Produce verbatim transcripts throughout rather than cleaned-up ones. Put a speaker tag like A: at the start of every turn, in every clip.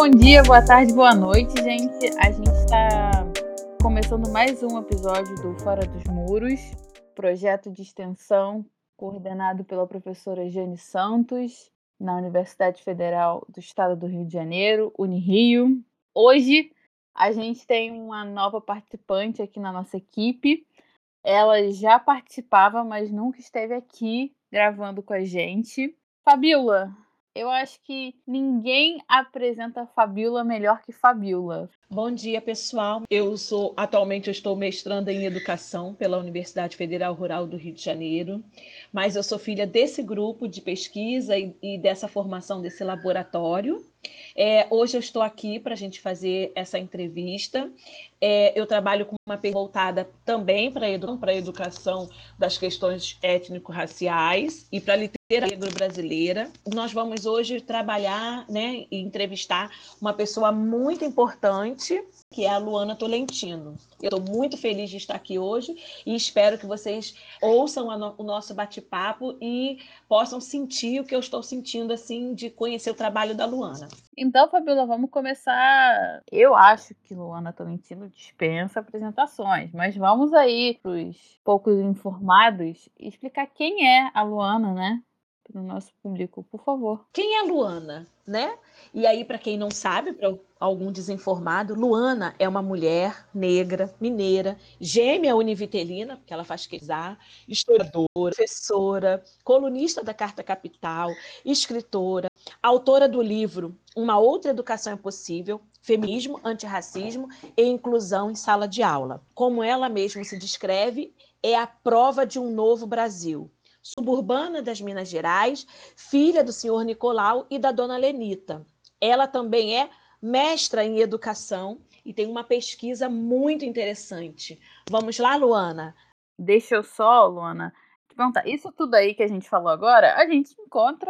A: bom dia, boa tarde, boa noite, gente. A gente está começando mais um episódio do Fora dos Muros, projeto de extensão coordenado pela professora Jane Santos, na Universidade Federal do Estado do Rio de Janeiro, Unirio. Hoje a gente tem uma nova participante aqui na nossa equipe. Ela já participava, mas nunca esteve aqui gravando com a gente. Fabíola, eu acho que ninguém apresenta a Fabíola melhor que Fabíola.
B: Bom dia, pessoal. Eu sou atualmente eu estou mestranda em educação pela Universidade Federal Rural do Rio de Janeiro, mas eu sou filha desse grupo de pesquisa e, e dessa formação desse laboratório. É, hoje eu estou aqui para a gente fazer essa entrevista. É, eu trabalho com uma pesquisa voltada também para edu- a educação das questões étnico-raciais e para a literatura brasileira. Nós vamos hoje trabalhar, né, e entrevistar uma pessoa muito importante, que é a Luana Tolentino. Eu estou muito feliz de estar aqui hoje e espero que vocês ouçam no, o nosso bate-papo e possam sentir o que eu estou sentindo, assim, de conhecer o trabalho da Luana.
A: Então, Fabíola, vamos começar. Eu acho que Luana Tolentino dispensa apresentações, mas vamos aí para os poucos informados explicar quem é a Luana, né? Para o nosso público, por favor.
B: Quem é a Luana, né? E aí, para quem não sabe, para algum desinformado, Luana é uma mulher negra, mineira, gêmea univitelina, porque ela faz quesar, historiadora, professora, colunista da Carta Capital, escritora, autora do livro Uma Outra Educação é Possível, Feminismo, Antirracismo e Inclusão em Sala de Aula. Como ela mesma se descreve, é a prova de um novo Brasil. Suburbana das Minas Gerais, filha do senhor Nicolau e da dona Lenita. Ela também é mestra em educação e tem uma pesquisa muito interessante. Vamos lá, Luana?
A: Deixa eu só, Luana, te perguntar. Isso tudo aí que a gente falou agora, a gente encontra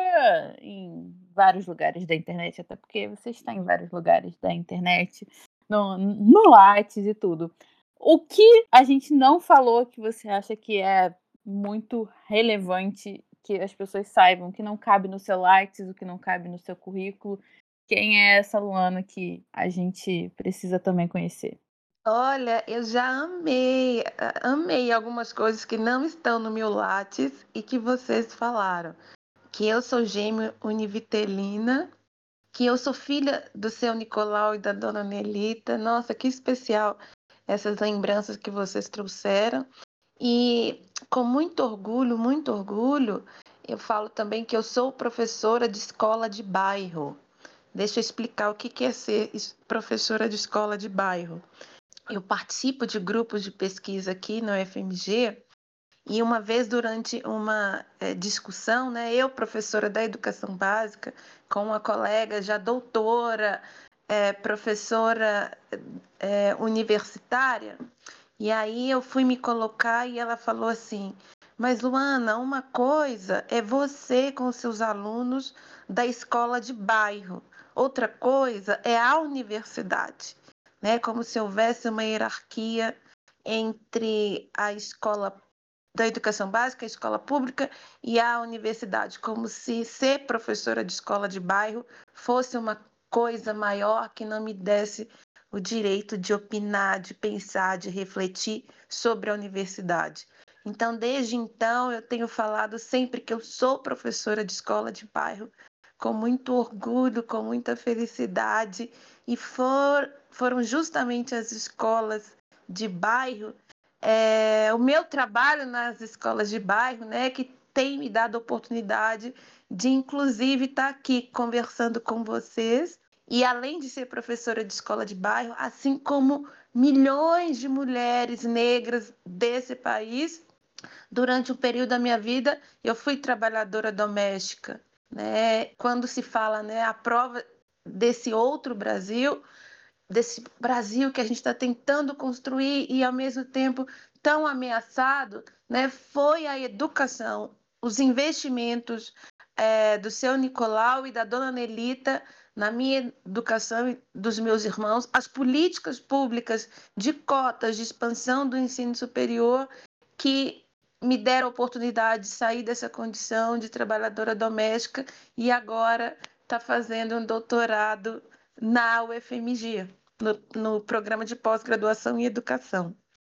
A: em vários lugares da internet, até porque você está em vários lugares da internet, no, no Lattes e tudo. O que a gente não falou que você acha que é muito relevante que as pessoas saibam, que não cabe no seu Lattes, o que não cabe no seu currículo? Quem é essa Luana que a gente precisa também conhecer?
C: Olha, eu já amei, a- amei algumas coisas que não estão no meu Lattes e que vocês falaram. Que eu sou gêmea univitelina, que eu sou filha do seu Nicolau e da dona Nelita. Nossa, que especial essas lembranças que vocês trouxeram. E com muito orgulho, muito orgulho, eu falo também que eu sou professora de escola de bairro. Deixa eu explicar o que que é ser es- professora de escola de bairro. Eu participo de grupos de pesquisa aqui no U F M G e uma vez durante uma eh, discussão, né, eu, professora da educação básica, com uma colega já doutora, eh, professora eh, universitária, e aí eu fui me colocar e ela falou assim: Mas Luana, uma coisa é você com seus alunos da escola de bairro, outra coisa é a universidade, né? Como se houvesse uma hierarquia entre a escola da educação básica, a escola pública e a universidade, como se ser professora de escola de bairro fosse uma coisa maior que não me desse o direito de opinar, de pensar, de refletir sobre a universidade. Então, desde então, eu tenho falado sempre que eu sou professora de escola de bairro, com muito orgulho, com muita felicidade, e for, foram justamente as escolas de bairro, é, o meu trabalho nas escolas de bairro, né, que tem me dado a oportunidade de, inclusive, estar aqui conversando com vocês. E além de ser professora de escola de bairro, assim como milhões de mulheres negras desse país, durante um período da minha vida, eu fui trabalhadora doméstica, né? Quando se fala, né, a prova desse outro Brasil, desse Brasil que a gente está tentando construir e ao mesmo tempo tão ameaçado, né, foi a educação, os investimentos é, do seu Nicolau e da dona Nelita na minha educação e dos meus irmãos, as políticas públicas de cotas de expansão do ensino superior que me deram a oportunidade de sair dessa condição de trabalhadora doméstica e agora está fazendo um doutorado na U F M G, no, no programa de pós-graduação em educação.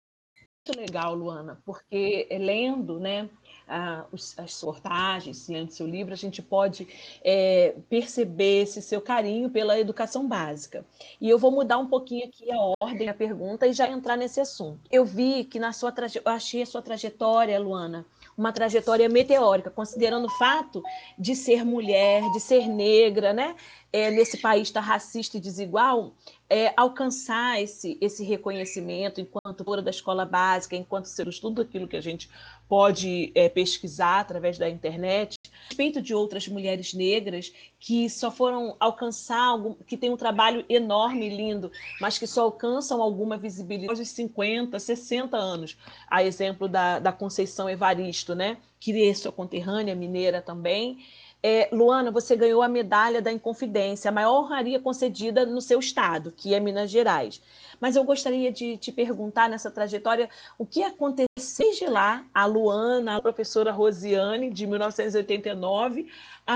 B: Muito legal, Luana, porque lendo, né, ah, os, as reportagens, lendo seu livro, a gente pode é, perceber esse seu carinho pela educação básica. E eu vou mudar um pouquinho aqui a ordem da pergunta e já entrar nesse assunto. Eu vi que na sua traje... eu achei a sua trajetória, Luana, uma trajetória meteórica, considerando o fato de ser mulher, de ser negra, né? É, nesse país tá racista e desigual, é, alcançar esse, esse reconhecimento enquanto fora da escola básica, enquanto ser tudo aquilo que a gente pode é, pesquisar através da internet, a respeito de outras mulheres negras que só foram alcançar, algum, que tem um trabalho enorme e lindo, mas que só alcançam alguma visibilidade aos cinquenta, sessenta anos. A exemplo da, da Conceição Evaristo, né? Que é sua conterrânea mineira também. É, Luana, você ganhou a medalha da Inconfidência, a maior honraria concedida no seu estado, que é Minas Gerais. Mas eu gostaria de te perguntar nessa trajetória o que aconteceu desde lá, a Luana, a professora Rosiane, de mil novecentos e oitenta e nove,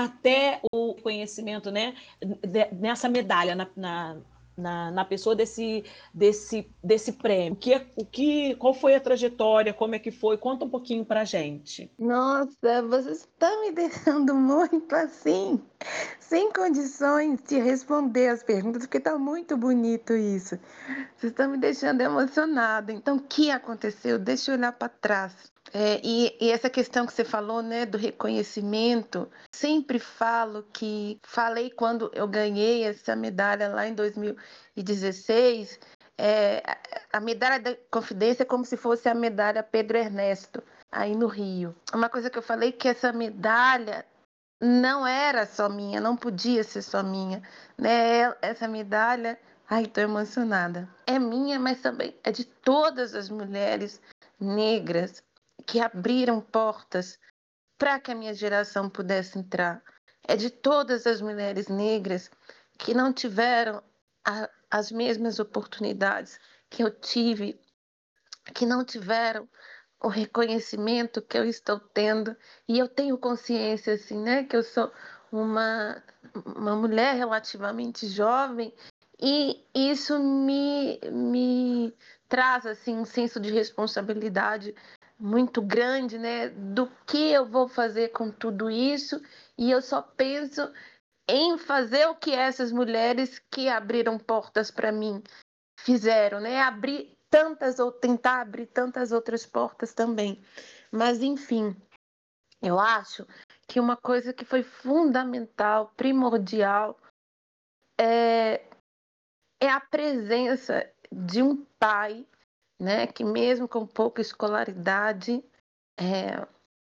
B: até o conhecimento, né, nessa medalha, na, na, na, na pessoa desse, desse, desse prêmio. O que, o que, qual foi a trajetória, como é que foi? Conta um pouquinho para a gente.
C: Nossa, você está me deixando muito assim, sem condições de responder as perguntas, porque está muito bonito isso. Você está me deixando emocionada. Então, o que aconteceu? Deixa eu olhar para trás. É, e, e essa questão que você falou, né, do reconhecimento, sempre falo que falei quando eu ganhei essa medalha lá em dois mil e dezesseis. É, a medalha da Confidência é como se fosse a medalha Pedro Ernesto, aí no Rio. Uma coisa que eu falei é que essa medalha não era só minha, não podia ser só minha, né? Essa medalha, ai, tô emocionada. É minha, mas também é de todas as mulheres negras que abriram portas para que a minha geração pudesse entrar. É de todas as mulheres negras que não tiveram a, as mesmas oportunidades que eu tive, que não tiveram o reconhecimento que eu estou tendo. E eu tenho consciência, assim, né, que eu sou uma, uma mulher relativamente jovem, e isso me, me traz, assim, um senso de responsabilidade muito grande, né, do que eu vou fazer com tudo isso, e eu só penso em fazer o que essas mulheres que abriram portas para mim fizeram, né, abrir tantas ou tentar abrir tantas outras portas também. Mas enfim, eu acho que uma coisa que foi fundamental, primordial, é, é a presença de um pai, né, que mesmo com pouca escolaridade, é,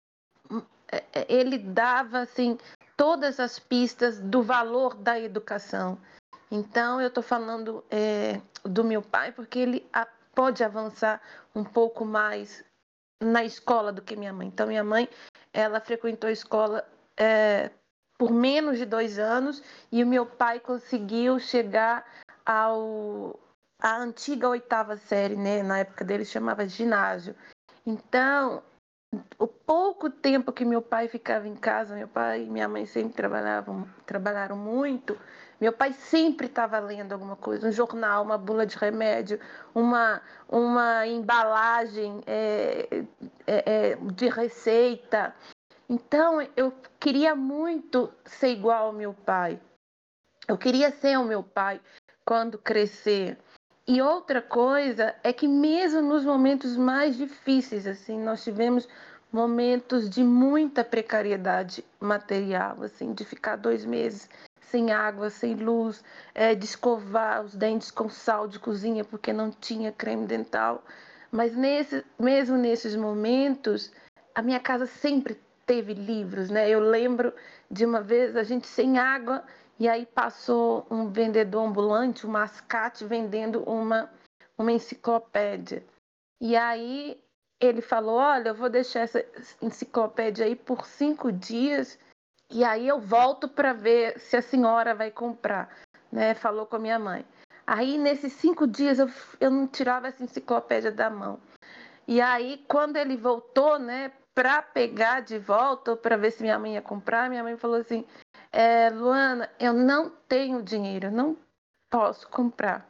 C: ele dava assim todas as pistas do valor da educação. Então eu estou falando é, do meu pai porque ele a, pode avançar um pouco mais na escola do que minha mãe. Então minha mãe, ela frequentou a escola é, por menos de dois anos, e o meu pai conseguiu chegar ao a antiga oitava série, né? Na época dele chamava ginásio. Então o pouco tempo que meu pai ficava em casa, meu pai e minha mãe sempre trabalhavam, trabalharam muito, meu pai sempre estava lendo alguma coisa, um jornal, uma bula de remédio, uma, uma embalagem é, é, é, de receita. Então, eu queria muito ser igual ao meu pai. Eu queria ser o meu pai quando crescer. E outra coisa é que mesmo nos momentos mais difíceis, assim, nós tivemos momentos de muita precariedade material, assim, de ficar dois meses sem água, sem luz, é, de escovar os dentes com sal de cozinha porque não tinha creme dental. Mas nesse, mesmo nesses momentos, a minha casa sempre teve livros, né? Eu lembro de uma vez a gente sem água, e aí passou um vendedor ambulante, um mascate, vendendo uma, uma enciclopédia. E aí ele falou, olha, eu vou deixar essa enciclopédia aí por cinco dias, e aí eu volto para ver se a senhora vai comprar, né? Falou com a minha mãe. Aí nesses cinco dias eu, eu não tirava essa enciclopédia da mão. E aí quando ele voltou, né, para pegar de volta, para ver se minha mãe ia comprar, minha mãe falou assim, é, Luana, eu não tenho dinheiro, não posso comprar.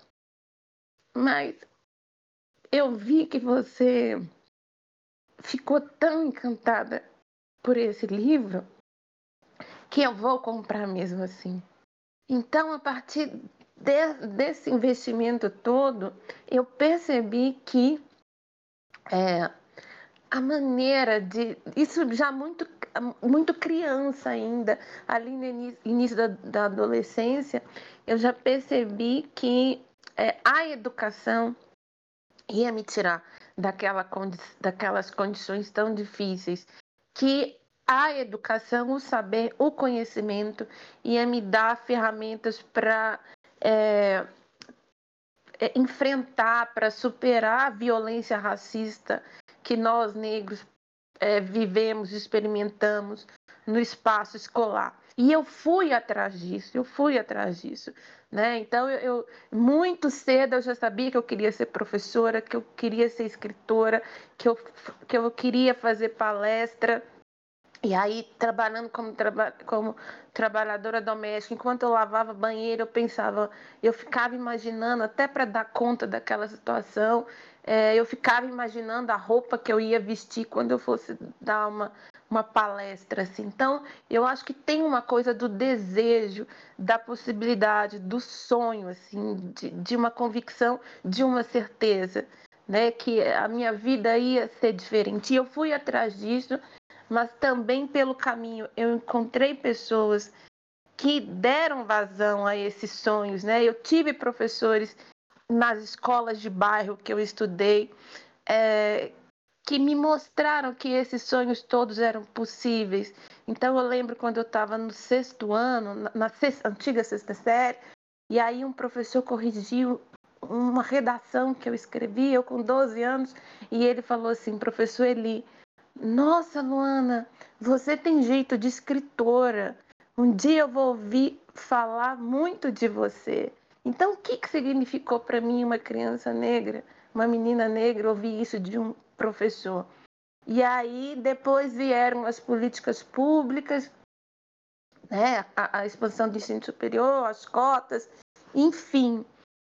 C: Mas eu vi que você ficou tão encantada por esse livro que eu vou comprar mesmo assim. Então, a partir de, desse investimento todo, eu percebi que é, a maneira de... Isso já muito, muito criança ainda, ali no início, início da, da adolescência, eu já percebi que é, a educação ia me tirar daquela condi daquelas condições tão difíceis, que a educação, o saber, o conhecimento ia me dar ferramentas para é, é, enfrentar, para superar a violência racista que nós negros é, vivemos, experimentamos no espaço escolar. E eu fui atrás disso, eu fui atrás disso. Né? Então, eu, eu muito cedo eu já sabia que eu queria ser professora, que eu queria ser escritora, que eu, que eu queria fazer palestra. E aí, trabalhando como, traba como trabalhadora doméstica, enquanto eu lavava banheiro, eu pensava, eu ficava imaginando, até para dar conta daquela situação, é, eu ficava imaginando a roupa que eu ia vestir quando eu fosse dar uma, uma palestra. Assim. Então, eu acho que tem uma coisa do desejo, da possibilidade, do sonho, assim, de, de uma convicção, de uma certeza, né, que a minha vida ia ser diferente. E eu fui atrás disso, mas também pelo caminho eu encontrei pessoas que deram vazão a esses sonhos, né? Eu tive professores nas escolas de bairro que eu estudei é, que me mostraram que esses sonhos todos eram possíveis. Então eu lembro quando eu estava no sexto ano, na, na sexta, antiga sexta série, e aí um professor corrigiu uma redação que eu escrevi, eu com doze anos, e ele falou assim, professor Eli, nossa, Luana, você tem jeito de escritora. Um dia eu vou ouvir falar muito de você. Então, o que, que significou para mim uma criança negra, uma menina negra, ouvir isso de um professor? E aí, depois vieram as políticas públicas, né? a, a expansão do ensino superior, as cotas, enfim.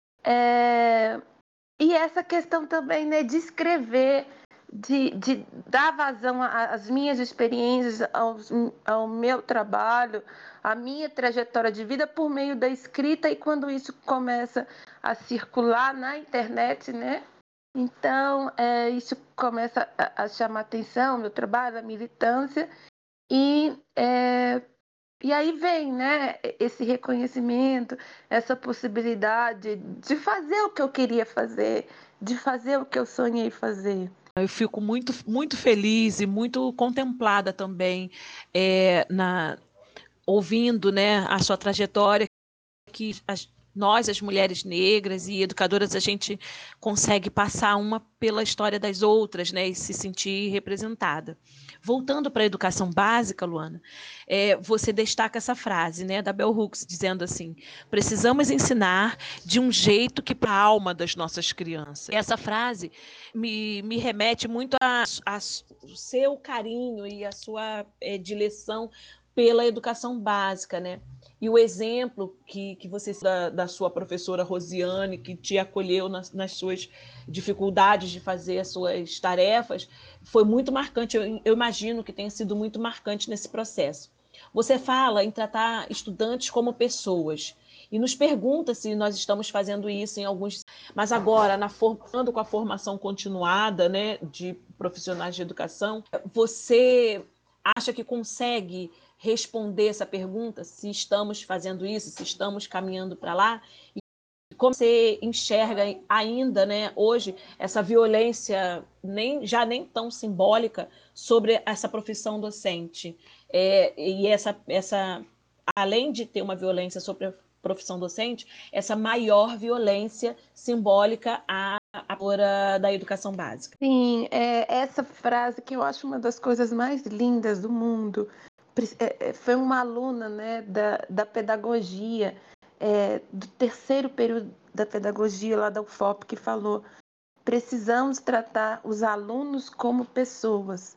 C: É... E essa questão também, né, de escrever, de, de dar vazão às minhas experiências, aos, ao meu trabalho, à minha trajetória de vida por meio da escrita, e quando isso começa a circular na internet, né? Então, é, isso começa a, a chamar atenção, meu trabalho, a militância, e é, e aí vem, né, esse reconhecimento, essa possibilidade de fazer o que eu queria fazer, de fazer o que eu sonhei fazer.
B: Eu fico muito, muito feliz e muito contemplada também é, na, ouvindo, né, a sua trajetória, que as, nós, as mulheres negras e educadoras, a gente consegue passar uma pela história das outras, né, e se sentir representada. Voltando para a educação básica, Luana, é, você destaca essa frase, né, da Bell Hooks, dizendo assim, precisamos ensinar de um jeito que para a alma das nossas crianças. Essa frase me, me remete muito ao seu carinho e a sua é, dileção pela educação básica, né? E o exemplo que, que você da, da sua professora Rosiane, que te acolheu nas, nas suas dificuldades de fazer as suas tarefas, foi muito marcante. Eu, eu imagino que tenha sido muito marcante nesse processo. Você fala em tratar estudantes como pessoas e nos pergunta se nós estamos fazendo isso em alguns... Mas agora, na formando com a formação continuada, né, de profissionais de educação, você acha que consegue responder essa pergunta, se estamos fazendo isso, se estamos caminhando para lá, e como você enxerga ainda, né, hoje, essa violência nem, já nem tão simbólica sobre essa profissão docente. É, e essa, essa, além de ter uma violência sobre a profissão docente, essa maior violência simbólica à hora da educação básica.
C: Sim, é essa frase que eu acho uma das coisas mais lindas do mundo. Foi uma aluna, né, da, da pedagogia, é, do terceiro período da pedagogia lá da U F O P, que falou: precisamos tratar os alunos como pessoas.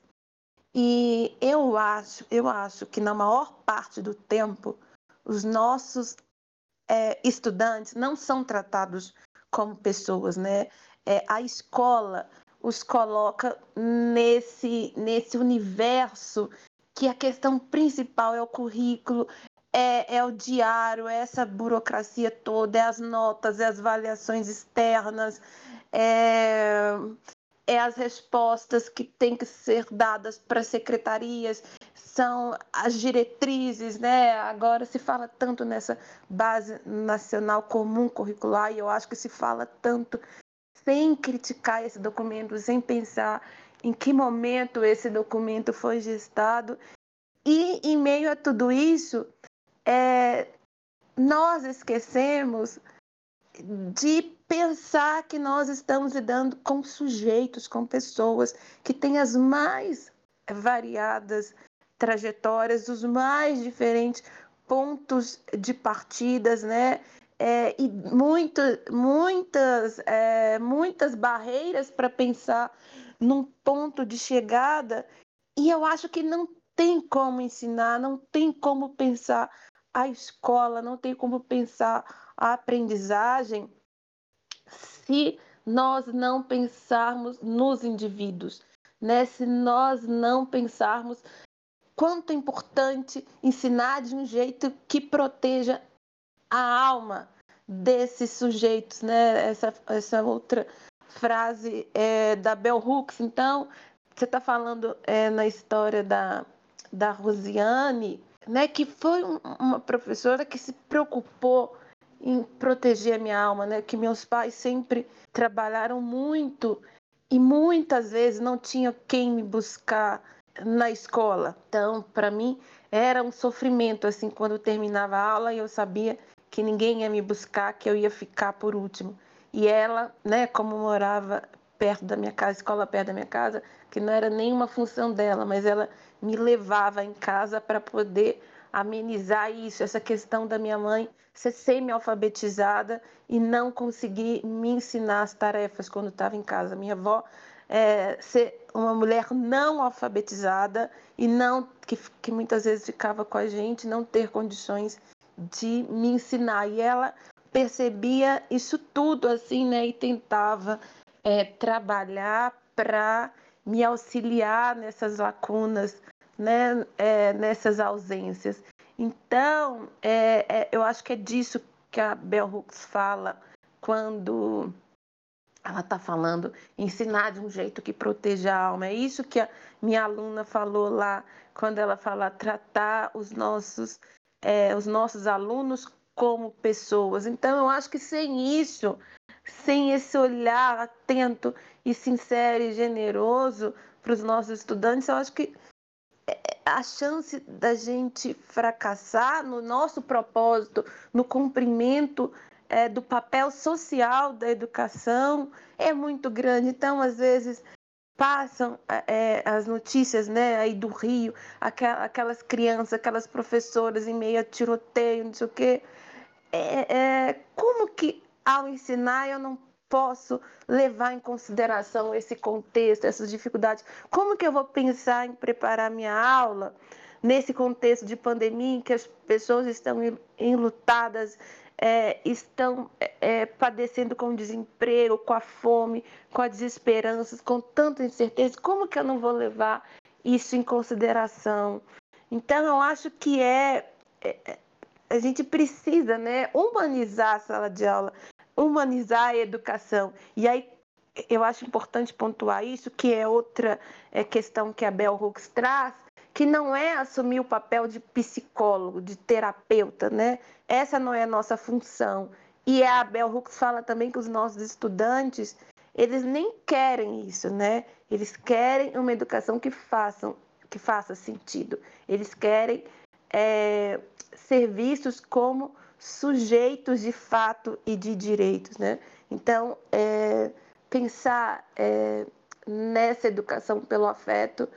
C: E eu acho, eu acho que na maior parte do tempo, os nossos é, estudantes não são tratados como pessoas, né? É, a escola os coloca nesse, nesse universo que a questão principal é o currículo, é, é o diário, é essa burocracia toda, é as notas, é as avaliações externas, é, é as respostas que têm que ser dadas para secretarias, são as diretrizes, né? Agora se fala tanto nessa base nacional comum curricular e eu acho que se fala tanto sem criticar esse documento, sem pensar em que momento esse documento foi gestado. E em meio a tudo isso, é, nós esquecemos de pensar que nós estamos lidando com sujeitos, com pessoas que têm as mais variadas trajetórias, os mais diferentes pontos de partidas, né? É, e muito, muitas, é, muitas barreiras para pensar num ponto de chegada. E eu acho que não tem como ensinar, não tem como pensar a escola, não tem como pensar a aprendizagem se nós não pensarmos nos indivíduos, né? Se nós não pensarmos quanto é importante ensinar de um jeito que proteja a alma desses sujeitos, né? Essa, essa outra frase é da Bell Hooks. Então, você está falando é, na história da, da Rosiane, né? Que foi um, uma professora que se preocupou em proteger a minha alma, né? Que meus pais sempre trabalharam muito e muitas vezes não tinha quem me buscar na escola. Então, para mim, era um sofrimento, assim, quando eu terminava a aula e eu sabia que ninguém ia me buscar, que eu ia ficar por último. E ela, né, como morava perto da minha casa, escola perto da minha casa, que não era nenhuma função dela, mas ela me levava em casa para poder amenizar isso, essa questão da minha mãe ser semi-alfabetizada e não conseguir me ensinar as tarefas quando estava em casa. Minha avó é, ser uma mulher não alfabetizada e não que, que muitas vezes ficava com a gente, não ter condições de me ensinar. E ela percebia isso tudo assim, né? E tentava é, trabalhar para me auxiliar nessas lacunas, né? É, nessas ausências. Então, é, é, eu acho que é disso que a Bell Hooks fala quando ela está falando ensinar de um jeito que proteja a alma. É isso que a minha aluna falou lá, quando ela fala tratar os nossos, é, os nossos alunos como pessoas. Então, eu acho que sem isso, sem esse olhar atento e sincero e generoso para os nossos estudantes, eu acho que a chance da gente fracassar no nosso propósito, no cumprimento é, do papel social da educação é muito grande. Então, às vezes, passam é, as notícias, né, aí do Rio, aquelas crianças, aquelas professoras em meio a tiroteio, não sei o quê. É, é, como que, ao ensinar, eu não posso levar em consideração esse contexto, essas dificuldades? Como que eu vou pensar em preparar minha aula nesse contexto de pandemia em que as pessoas estão enlutadas, é, estão é, padecendo com o desemprego, com a fome, com a desesperança, com tanta incerteza? Como que eu não vou levar isso em consideração? Então, eu acho que é... é a gente precisa, né, humanizar a sala de aula, humanizar a educação. E aí eu acho importante pontuar isso, que é outra é, questão que a Bell Hooks traz, que não é assumir o papel de psicólogo, de terapeuta, né? Essa não é a nossa função. E a Bell Hooks fala também que os nossos estudantes, eles nem querem isso, né? Eles querem uma educação que faça, que faça sentido. Eles querem é, ser vistos como sujeitos de fato e de direitos, né? Então, é, pensar é, nessa educação pelo afeto,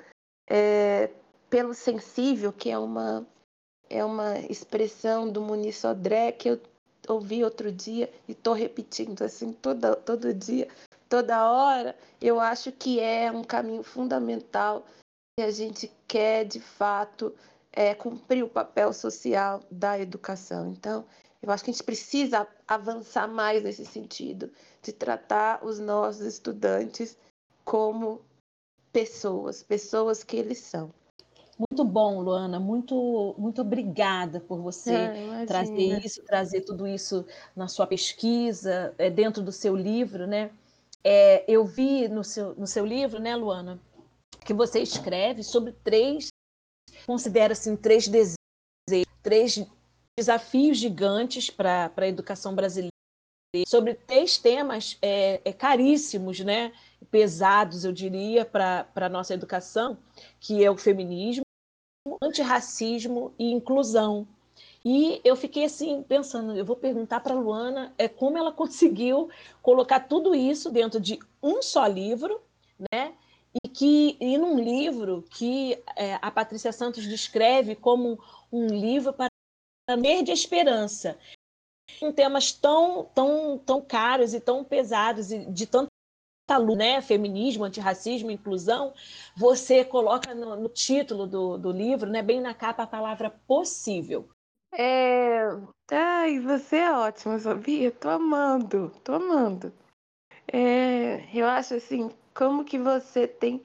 C: é, pelo sensível, que é uma, é uma expressão do Muniz Sodré que eu ouvi outro dia e estou repetindo assim toda, todo dia, toda hora. Eu acho que é um caminho fundamental se a gente quer, de fato, é, cumprir o papel social da educação. Então, Eu acho que a gente precisa avançar mais nesse sentido, de tratar os nossos estudantes como pessoas, pessoas que eles são.
B: Muito bom, Luana, muito, muito obrigada por você
C: Ah,
B: trazer
C: imagina.
B: isso, trazer tudo isso na sua pesquisa, é, dentro do seu livro, né? É, eu vi no seu, no seu livro, né, Luana, que você escreve sobre três, considera assim, três desejos, três desafios gigantes para a educação brasileira, sobre três temas é, é, caríssimos, né? Pesados, eu diria, para a nossa educação, que é o feminismo, antirracismo e inclusão. E eu fiquei assim pensando, eu vou perguntar para a Luana é, como ela conseguiu colocar tudo isso dentro de um só livro, né? E que e num livro que é, a Patrícia Santos descreve como um livro para ter de esperança, em temas tão tão tão caros e tão pesados e de tanta luta, né? Feminismo, antirracismo, inclusão. Você coloca no, no título do, do livro, né? Bem na capa, a palavra possível.
C: É... Ai, você é ótima, sabia? Tô amando, tô amando. É... Eu acho assim, como que você tem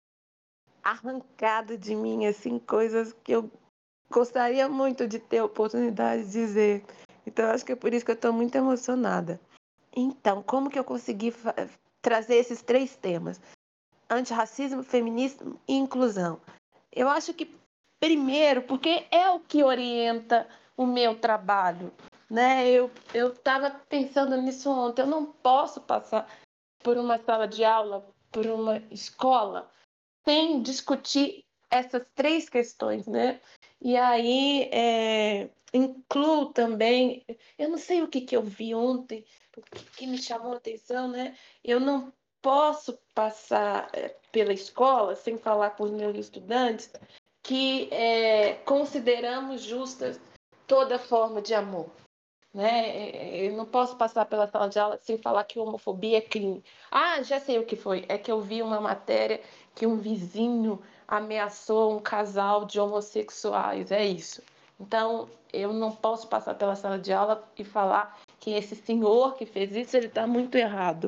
C: arrancado de mim assim coisas que eu gostaria muito de ter a oportunidade de dizer. Então, acho que é por isso que eu estou muito emocionada. Então, como que eu consegui trazer esses três temas? Antirracismo, feminismo e inclusão. Eu acho que, primeiro, porque é o que orienta o meu trabalho, né? Eu eu estava pensando nisso ontem. Eu não posso passar por uma sala de aula, por uma escola, sem discutir essas três questões, né? E aí é, incluo também, eu não sei o que, que eu vi ontem, o que, que me chamou a atenção, né? Eu não posso passar é, pela escola sem falar com os meus estudantes que é, consideramos justas toda forma de amor. Né? Eu não posso passar pela sala de aula sem falar que homofobia é crime. Ah, já sei o que foi. É que eu vi uma matéria que um vizinho ameaçou um casal de homossexuais. É isso. Então, eu não posso passar pela sala de aula e falar que esse senhor que fez isso, ele está muito errado.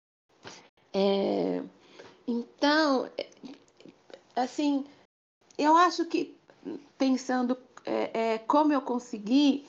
C: É... Então, assim, eu acho que pensando é, é, como eu consegui,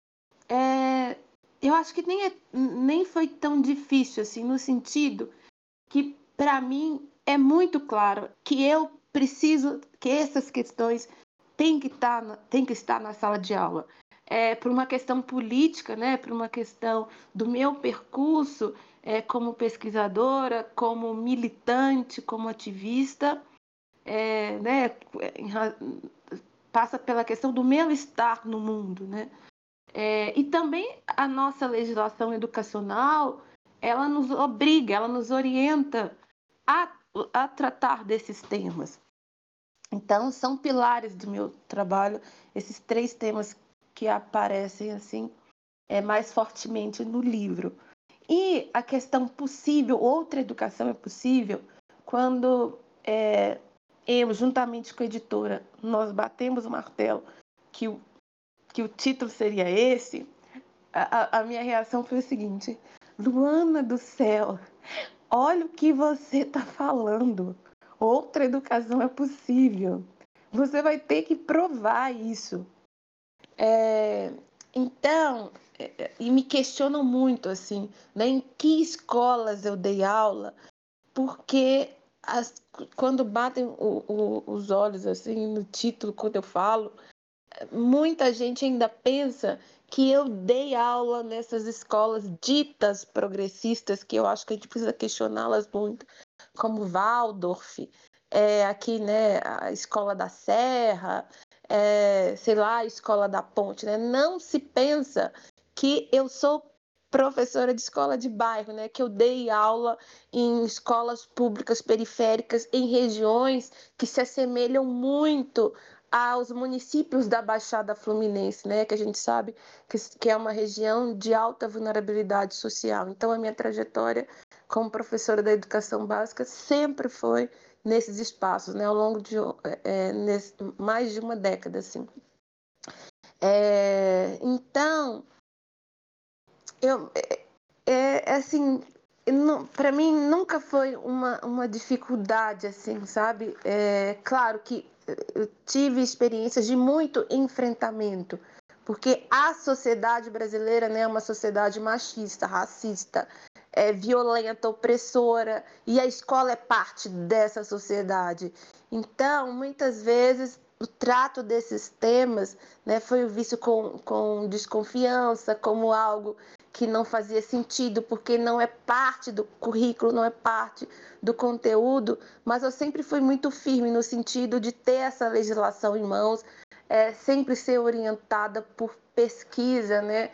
C: é, eu acho que nem, é, nem foi tão difícil, assim, no sentido que, para mim, é muito claro que eu preciso, que essas questões têm que estar na, têm que estar na sala de aula. É, por uma questão política, né, por uma questão do meu percurso é, como pesquisadora, como militante, como ativista, é, né, em, passa pela questão do meu estar no mundo, né? É, e também a nossa legislação educacional, ela nos obriga, ela nos orienta a, a tratar desses temas. Então, são pilares do meu trabalho, esses três temas que aparecem assim é, mais fortemente no livro. E a questão possível, outra educação é possível, quando é, eu, juntamente com a editora, nós batemos o martelo que o, que o título seria esse, a, a minha reação foi o seguinte: Luana do céu, olha o que você está falando. Outra educação é possível. Você vai ter que provar isso. É, então, é, e me questionam muito assim, né, em que escolas eu dei aula, porque as, quando batem o, o, os olhos assim no título, quando eu falo, muita gente ainda pensa que eu dei aula nessas escolas ditas progressistas, que eu acho que a gente precisa questioná-las muito, como Waldorf, é, aqui, né, a Escola da Serra, é, sei lá, a Escola da Ponte, né? Não se pensa que eu sou professora de escola de bairro, né? Que eu dei aula em escolas públicas periféricas em regiões que se assemelham muito aos municípios da Baixada Fluminense, né? Que a gente sabe que, que é uma região de alta vulnerabilidade social. Então, a minha trajetória como professora da educação básica sempre foi nesses espaços, né? Ao longo de é, nesse, mais de uma década, assim. É, então, eu, é, é assim, para mim nunca foi uma, uma dificuldade, assim, sabe? É claro que eu tive experiências de muito enfrentamento, porque a sociedade brasileira, né, é uma sociedade machista, racista, é violenta, opressora, e a escola é parte dessa sociedade. Então, muitas vezes, o trato desses temas, né, foi visto com, com desconfiança, como algo que não fazia sentido, porque não é parte do currículo, não é parte do conteúdo, mas eu sempre fui muito firme no sentido de ter essa legislação em mãos, é, sempre ser orientada por pesquisa, né?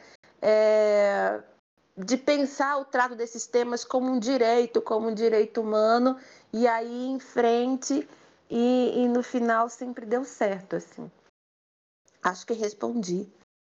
C: É, de pensar o trato desses temas como um direito, como um direito humano, e aí em frente, e, e no final sempre deu certo, assim. Acho que respondi.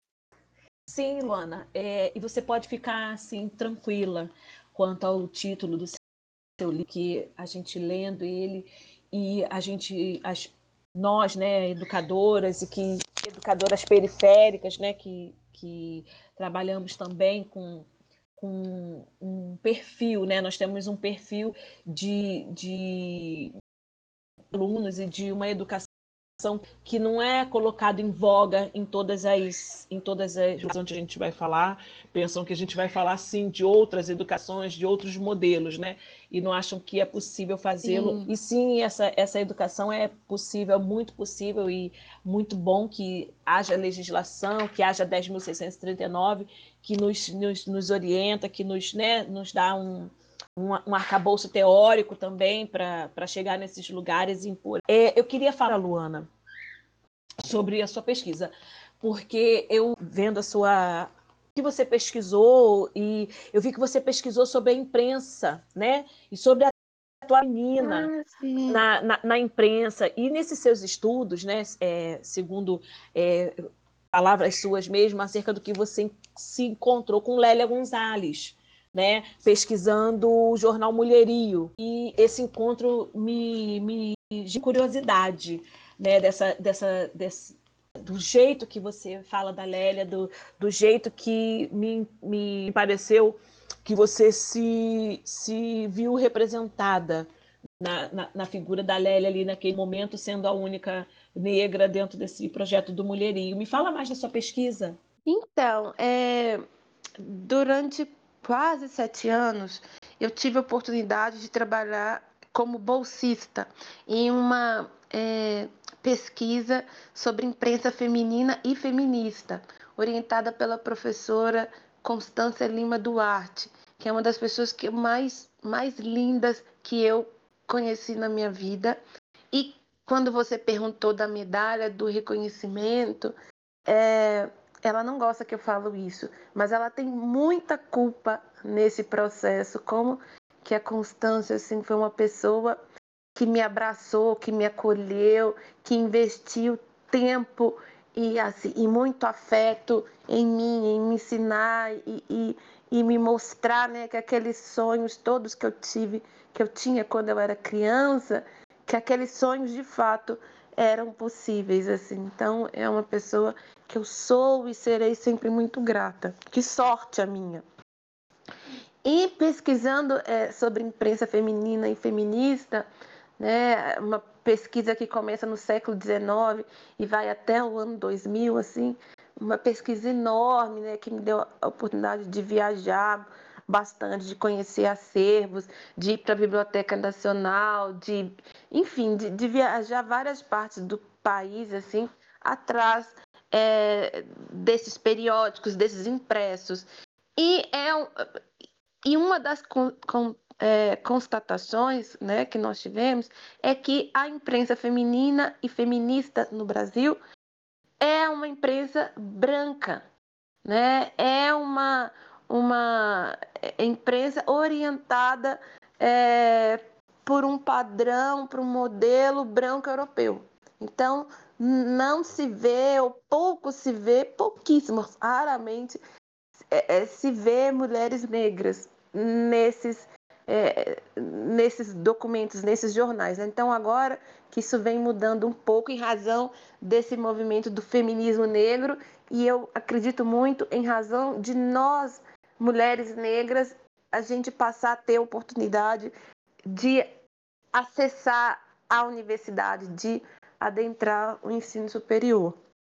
B: Sim, Luana, é, e você pode ficar assim tranquila quanto ao título do seu livro, que a gente lendo ele e a gente, as, nós, né, educadoras e que educadoras periféricas, né, que, que trabalhamos também com, com um perfil, né, nós temos um perfil de, de alunos e de uma educação que não é colocado em voga em todas as em todas as onde a gente vai falar, pensam que a gente vai falar sim de outras educações, de outros modelos, né? E não acham que é possível fazê-lo.
C: Sim.
B: E sim, essa essa educação é possível, muito possível e muito bom que haja legislação, que haja dez mil seiscentos e trinta e nove que nos, nos, nos orienta, que nos, né, nos dá um um, um arcabouço teórico também para chegar nesses lugares e impor. É, eu queria falar, Luana, sobre a sua pesquisa, porque eu vendo a sua que você pesquisou e eu vi que você pesquisou sobre a imprensa, né? E sobre a tua menina
C: Ah, sim.
B: na, na, na imprensa e nesses seus estudos, né? É, segundo é, palavras suas mesmo, acerca do que você se encontrou com Lélia Gonzalez, né? Pesquisando o jornal Mulherio. E esse encontro me, me de curiosidade, né? Dessa, dessa, desse, do jeito que você fala da Lélia, do, do jeito que me, me pareceu que você se, se viu representada na, na, na figura da Lélia ali naquele momento, sendo a única negra dentro desse projeto do Mulherio. Me fala mais da sua pesquisa.
C: Então, é, durante quase sete anos, eu tive a oportunidade de trabalhar como bolsista em uma é, pesquisa sobre imprensa feminina e feminista, orientada pela professora Constância Lima Duarte, que é uma das pessoas que mais, mais lindas que eu conheci na minha vida. E quando você perguntou da medalha, do reconhecimento, é, ela não gosta que eu falo isso, mas ela tem muita culpa nesse processo, como que a Constância assim, foi uma pessoa que me abraçou, que me acolheu, que investiu tempo e, assim, e muito afeto em mim, em me ensinar e, e, e me mostrar, né, que aqueles sonhos todos que eu tive, que eu tinha quando eu era criança, que aqueles sonhos de fato eram possíveis, assim. Então é uma pessoa que eu sou e serei sempre muito grata. Que sorte a minha! E pesquisando é, sobre imprensa feminina e feminista, né, uma pesquisa que começa no século dezenove e vai até o ano dois mil, assim, uma pesquisa enorme, né, que me deu a oportunidade de viajar bastante, de conhecer acervos, de ir para a Biblioteca Nacional, de, enfim, de, de viajar várias partes do país, assim, atrás é, desses periódicos, desses impressos. E é um, e uma das con, con, é, constatações, né, que nós tivemos é que a imprensa feminina e feminista no Brasil é uma imprensa branca, né? É uma, uma imprensa orientada é, por um padrão, por um modelo branco europeu. Então, não se vê, ou pouco se vê, pouquíssimo, raramente é, é, se vê mulheres negras nesses, é, nesses documentos, nesses jornais. Então, agora que isso vem mudando um pouco em razão desse movimento do feminismo negro, e eu acredito muito em razão de nós, mulheres negras, a gente passar a ter a oportunidade de acessar a universidade, de adentrar o ensino superior.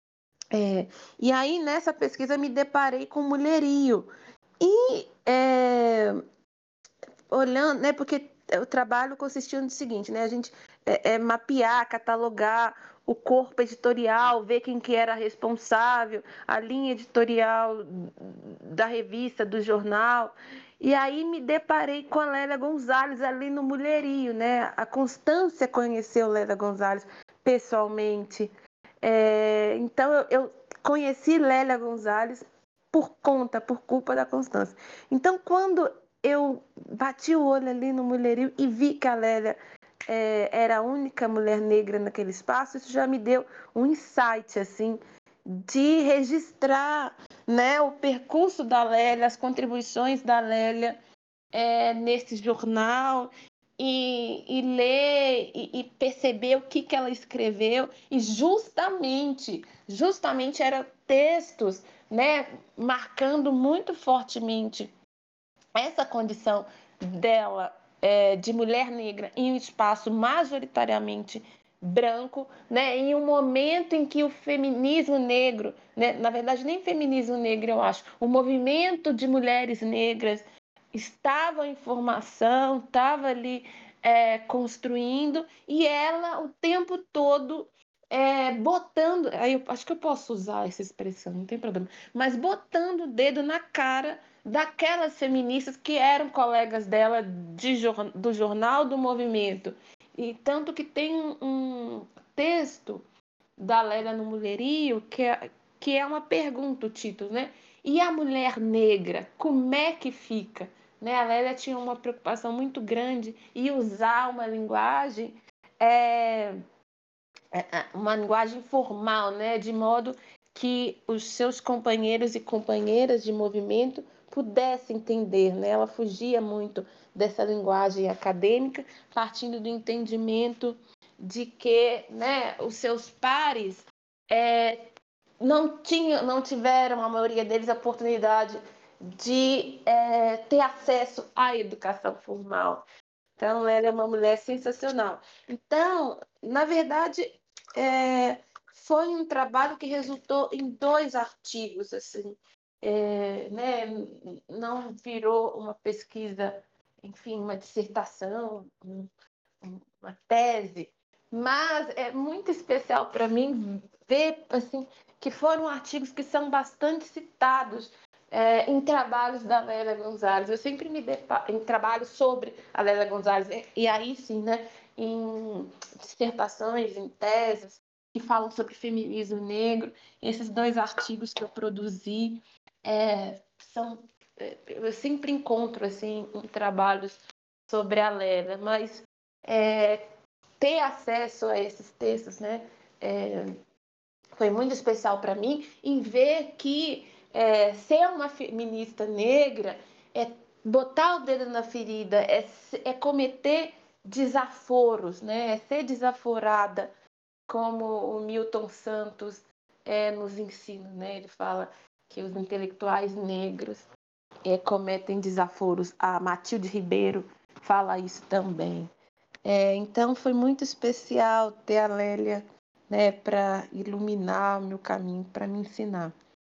C: É, e aí, nessa pesquisa, me deparei com mulherio. E é, olhando, né, porque o trabalho consistia no seguinte, né, a gente é, é, mapear, catalogar o corpo editorial, ver quem que era responsável, a linha editorial da revista, do jornal. E aí me deparei com a Lélia Gonzalez ali no Mulherio, né? A Constância conheceu Lélia Gonzalez pessoalmente. É, então eu, eu conheci Lélia Gonzalez por conta, por culpa da Constância. Então quando eu bati o olho ali no Mulherio e vi que a Lélia é, era a única mulher negra naquele espaço, isso já me deu um insight, assim, de registrar, né, o percurso da Lélia, as contribuições da Lélia é, nesse jornal e, e ler e, e perceber o que, que ela escreveu. E justamente, justamente eram textos, né, marcando muito fortemente essa condição dela é, de mulher negra em um espaço majoritariamente branco, né, em um momento em que o feminismo negro, né, na verdade nem feminismo negro eu acho, o movimento de mulheres negras estava em formação, estava ali é, construindo, e ela o tempo todo é, botando, aí eu acho que eu posso usar essa expressão, não tem problema, mas botando o dedo na cara daquelas feministas que eram colegas dela de, do jornal do movimento. E tanto que tem um, um texto da Lélia no Mulherio que é, que é uma pergunta, o título, né? E a mulher negra, como é que fica? Né? A Lélia tinha uma preocupação muito grande em usar uma linguagem, é, uma linguagem formal, né? De modo que os seus companheiros e companheiras de movimento pudesse entender, né? Ela fugia muito dessa linguagem acadêmica, partindo do entendimento de que, né, os seus pares é, não tinham, não tiveram, a maioria deles, a oportunidade de é, ter acesso à educação formal. Então, ela é uma mulher sensacional. Então, na verdade, é, foi um trabalho que resultou em dois artigos, assim, é, né? Não virou uma pesquisa, enfim, uma dissertação, um, uma tese, mas é muito especial para mim ver assim, que foram artigos que são bastante citados é, em trabalhos da Lélia Gonzalez. Eu sempre me deparo em trabalhos sobre a Lélia Gonzalez, e aí sim, né, em dissertações, em teses, que falam sobre feminismo negro. Esses dois artigos que eu produzi é, são. Eu sempre encontro assim, em trabalhos sobre a Lélia, mas é, ter acesso a esses textos, né, é, foi muito especial para mim, em ver que é, ser uma feminista negra é botar o dedo na ferida, é, é cometer desaforos, né, é ser desaforada, como o Milton Santos é, nos ensina, né? Ele fala que os intelectuais negros é, cometem desaforos. A Matilde Ribeiro fala isso também. É, então foi muito especial ter a Lélia, né, para iluminar o meu caminho, para me ensinar.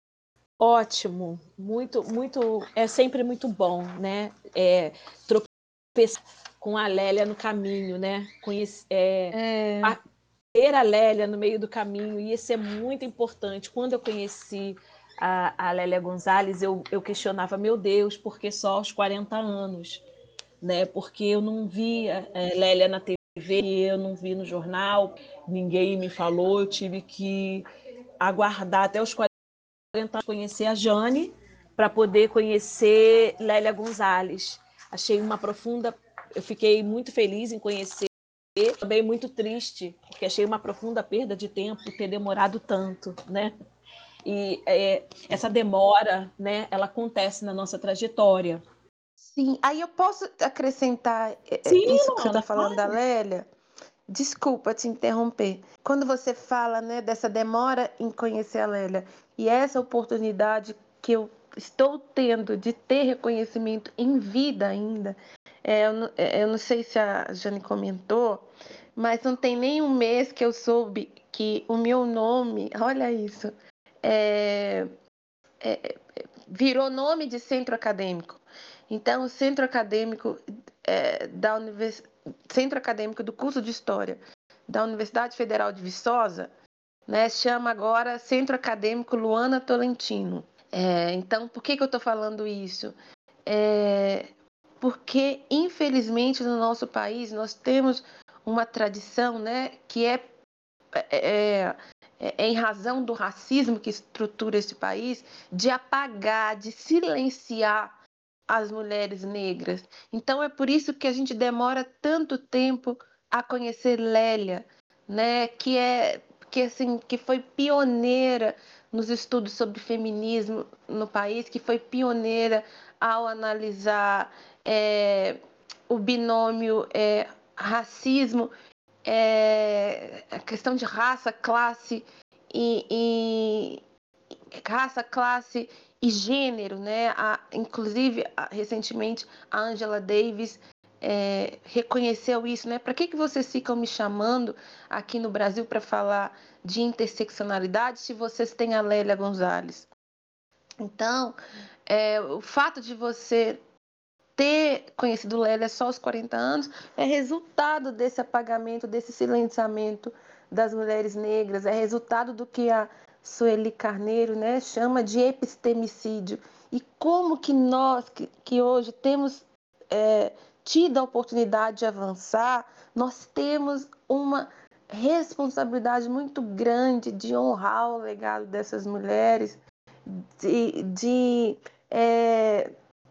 B: Ótimo, muito, muito, é sempre muito bom, né? É, tropeçar com a Lélia no caminho, né? Conhecer, é,
C: É...
B: ter a Lélia no meio do caminho, e isso é muito importante. Quando eu conheci a, a Lélia Gonzalez, eu, eu questionava, meu Deus, por que só aos quarenta anos? Né? Porque eu não via é, Lélia na T V, eu não vi no jornal, ninguém me falou, eu tive que aguardar até os quarenta anos conhecer a Jane para poder conhecer Lélia Gonzalez. Achei uma profunda, eu fiquei muito feliz em conhecer, também muito triste, porque achei uma profunda perda de tempo ter demorado tanto, né? E é, essa demora, né, ela acontece na nossa trajetória.
C: Sim, aí eu posso acrescentar
B: Sim,
C: isso que você está
B: Luana,
C: falando da Lélia? Desculpa te interromper. Quando você fala, né, dessa demora em conhecer a Lélia e essa oportunidade que eu estou tendo de ter reconhecimento em vida ainda. É, eu, não, é, eu não sei se a Jane comentou, mas não tem nem um mês que eu soube que o meu nome, olha isso, é, é, virou nome de centro acadêmico. Então, o centro acadêmico é, da univers... centro acadêmico do curso de História da Universidade Federal de Viçosa, né, chama agora Centro Acadêmico Luana Tolentino. É, então, por que, que eu estou falando isso? É, porque, infelizmente, no nosso país, nós temos uma tradição, né, que é, é, é, é em razão do racismo que estrutura esse país, de apagar, de silenciar as mulheres negras. Então, é por isso que a gente demora tanto tempo a conhecer Lélia, né, que é que assim que foi pioneira nos estudos sobre feminismo no país, que foi pioneira ao analisar é, o binômio é, racismo, é, a questão de raça, classe e, e raça, classe e gênero, né? A, inclusive, a, recentemente, a Angela Davis é, reconheceu isso, né? Para que, que vocês ficam me chamando aqui no Brasil para falar de interseccionalidade se vocês têm a Lélia Gonzalez? Então, é, o fato de você ter conhecido Lélia só aos quarenta anos é resultado desse apagamento, desse silenciamento das mulheres negras, é resultado do que a Sueli Carneiro, né, chama de epistemicídio. E como que nós, que, que hoje temos é, tido a oportunidade de avançar, nós temos uma responsabilidade muito grande de honrar o legado dessas mulheres, de, de é,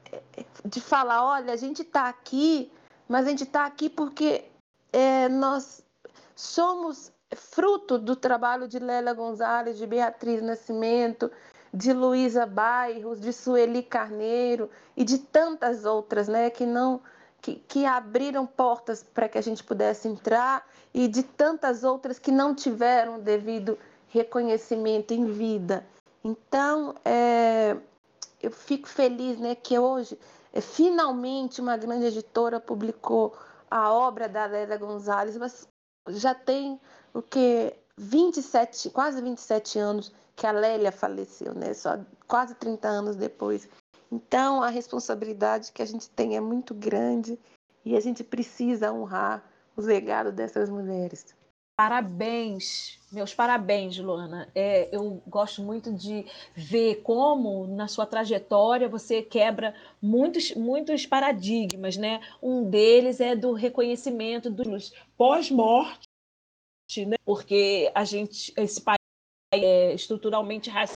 C: de falar, olha, a gente está aqui, mas a gente está aqui porque é, nós somos fruto do trabalho de Lélia Gonzalez, de Beatriz Nascimento, de Luísa Bairros, de Sueli Carneiro e de tantas outras, né, que não que, que abriram portas para que a gente pudesse entrar e de tantas outras que não tiveram devido reconhecimento em vida. Então, é, eu fico feliz, né, que hoje, é, finalmente, uma grande editora publicou a obra da Lélia Gonzalez, mas já tem o que vinte e sete, quase vinte e sete anos que a Lélia faleceu, né? Só quase trinta anos depois. Então, a responsabilidade que a gente tem é muito grande e a gente precisa honrar os legados dessas mulheres.
B: Parabéns, meus parabéns, Luana. É, eu gosto muito de ver como, na sua trajetória, você quebra muitos, muitos paradigmas, né? Um deles é do reconhecimento dos pós-morte, né? Porque a gente, esse país é estruturalmente racista,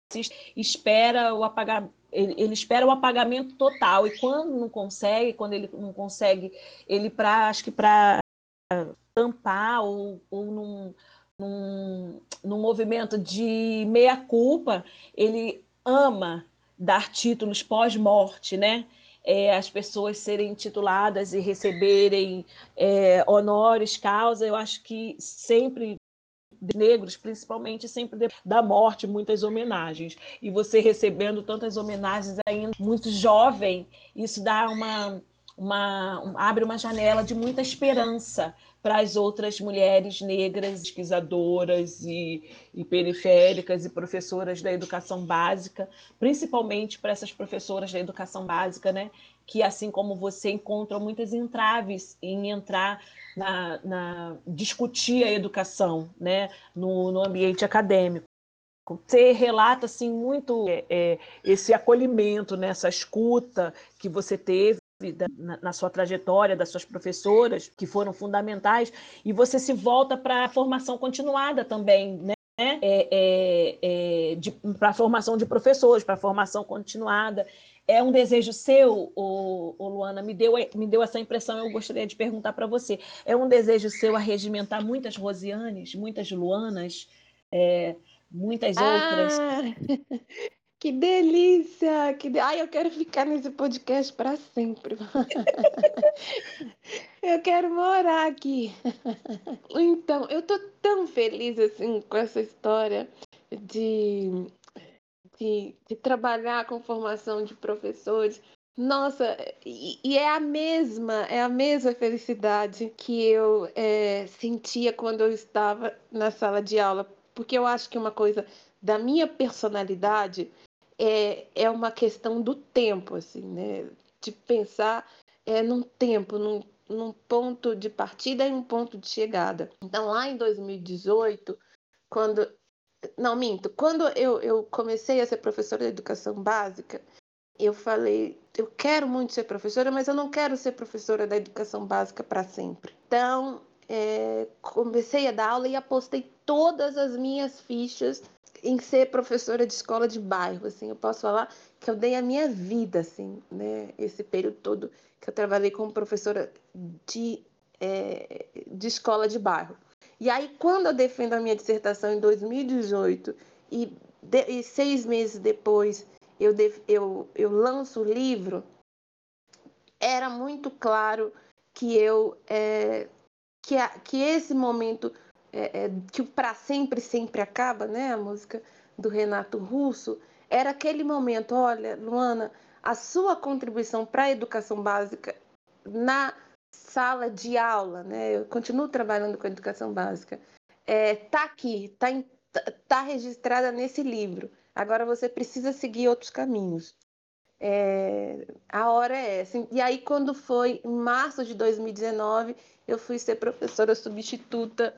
B: espera o apagamento. Ele, ele espera o apagamento total, e quando não consegue, quando ele não consegue, ele para, acho que para tampar ou, ou num, num, num movimento de meia-culpa, ele ama dar títulos pós-morte, né? É, as pessoas serem tituladas e receberem é, honores causa. Eu acho que sempre negros, principalmente, sempre da morte, muitas homenagens. E você recebendo tantas homenagens ainda muito jovem, isso dá uma, uma abre uma janela de muita esperança para as outras mulheres negras, pesquisadoras e, e periféricas e professoras da educação básica, principalmente para essas professoras da educação básica, né, que, assim como você, encontram muitas entraves em entrar na, na discutir a educação, né, no, no ambiente acadêmico. Você relata assim muito é, é, esse acolhimento, né, essa escuta que você teve na, na sua trajetória, das suas professoras, que foram fundamentais, e você se volta para a formação continuada também, né? É, é, é, para a formação de professores, para a formação continuada. É um desejo seu, ô, ô Luana? Me deu, me deu essa impressão, eu gostaria de perguntar para você. É um desejo seu arregimentar muitas Rosianes, muitas Luanas, é, muitas outras?
C: Ah, que delícia! Que de... Ai, eu quero ficar nesse podcast para sempre. Eu quero morar aqui. Então, eu tô tão feliz assim com essa história de de, de trabalhar com formação de professores. Nossa, e, e é a mesma, é a mesma felicidade que eu é, sentia quando eu estava na sala de aula, porque eu acho que uma coisa da minha personalidade é, é uma questão do tempo, assim, né? De pensar é, num tempo, num, num ponto de partida e um ponto de chegada. Então, lá em dois mil e dezoito, quando... Não, minto. Quando eu, eu comecei a ser professora de educação básica, eu falei, eu quero muito ser professora, mas eu não quero ser professora da educação básica para sempre. Então, é, comecei a dar aula e apostei todas as minhas fichas em ser professora de escola de bairro. Assim, eu posso falar que eu dei a minha vida, assim, né? Esse período todo que eu trabalhei como professora de, é, de escola de bairro. E aí, quando eu defendo a minha dissertação em dois mil e dezoito e, de, e seis meses depois eu, eu, eu lanço o livro, era muito claro que eu é, que, a, que esse momento é, é, que o Pra Sempre Sempre Acaba, né, a música do Renato Russo, era aquele momento, olha, Luana, a sua contribuição para a educação básica na sala de aula, né, eu continuo trabalhando com a educação básica, é, tá aqui, tá, em, tá registrada nesse livro. Agora você precisa seguir outros caminhos. É, a hora é essa. E aí, quando foi em março de dois mil e dezenove, eu fui ser professora substituta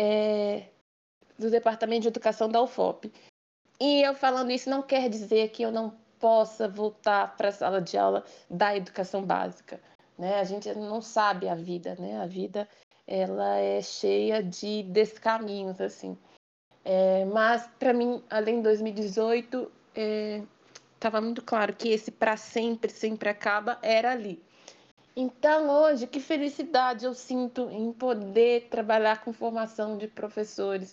C: é, do Departamento de Educação da U F O P. E eu falando isso não quer dizer que eu não possa voltar para a sala de aula da educação básica, né? A gente não sabe a vida, né? A vida ela é cheia de descaminhos, assim. É, mas, para mim, além de dois mil e dezoito, é, estava muito claro que esse para sempre, sempre acaba, era ali. Então, hoje, que felicidade eu sinto em poder trabalhar com formação de professores.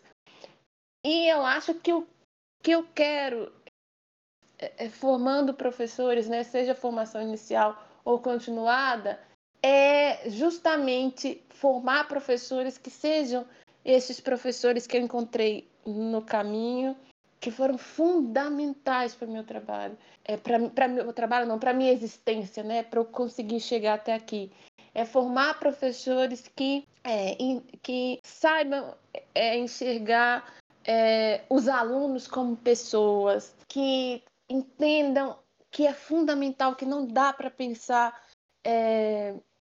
C: E eu acho que o que eu quero, é, formando professores, né, seja formação inicial ou continuada, é justamente formar professores que sejam esses professores que eu encontrei no caminho, que foram fundamentais para o meu trabalho, é, para meu trabalho não, para minha existência, né, para eu conseguir chegar até aqui. É formar professores que, é, que saibam é, enxergar é, os alunos como pessoas, que entendam que é fundamental, que não dá para pensar é,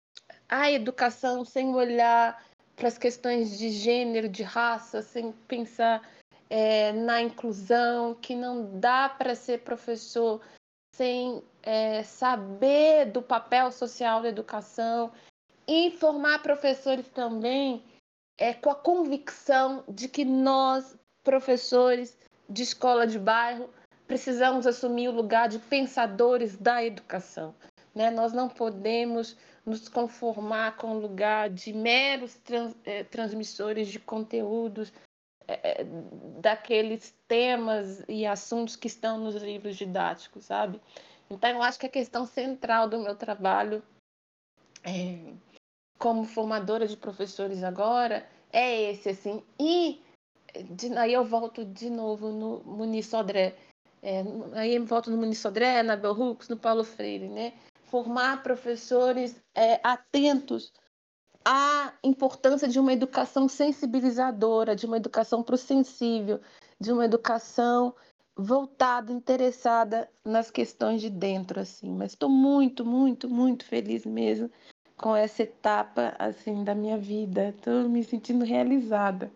C: a educação sem olhar para as questões de gênero, de raça, sem pensar é, na inclusão, que não dá para ser professor sem é, saber do papel social da educação, e formar professores também é, com a convicção de que nós, professores de escola de bairro, precisamos assumir o lugar de pensadores da educação. Né? Nós não podemos nos conformar com o lugar de meros trans, eh, transmissores de conteúdos, eh, daqueles temas e assuntos que estão nos livros didáticos, sabe? Então, eu acho que a questão central do meu trabalho é, como formadora de professores agora é esse, assim. E de, aí eu volto de novo no Muniz Sodré. É, aí eu volto no Muniz Sodré, na Bell Hooks, no Paulo Freire, né? Formar professores é, atentos à importância de uma educação sensibilizadora, de uma educação para o sensível, de uma educação voltada, interessada nas questões de dentro, assim. Mas estou muito, muito, muito feliz mesmo com essa etapa, assim, da minha vida. Estou me sentindo realizada.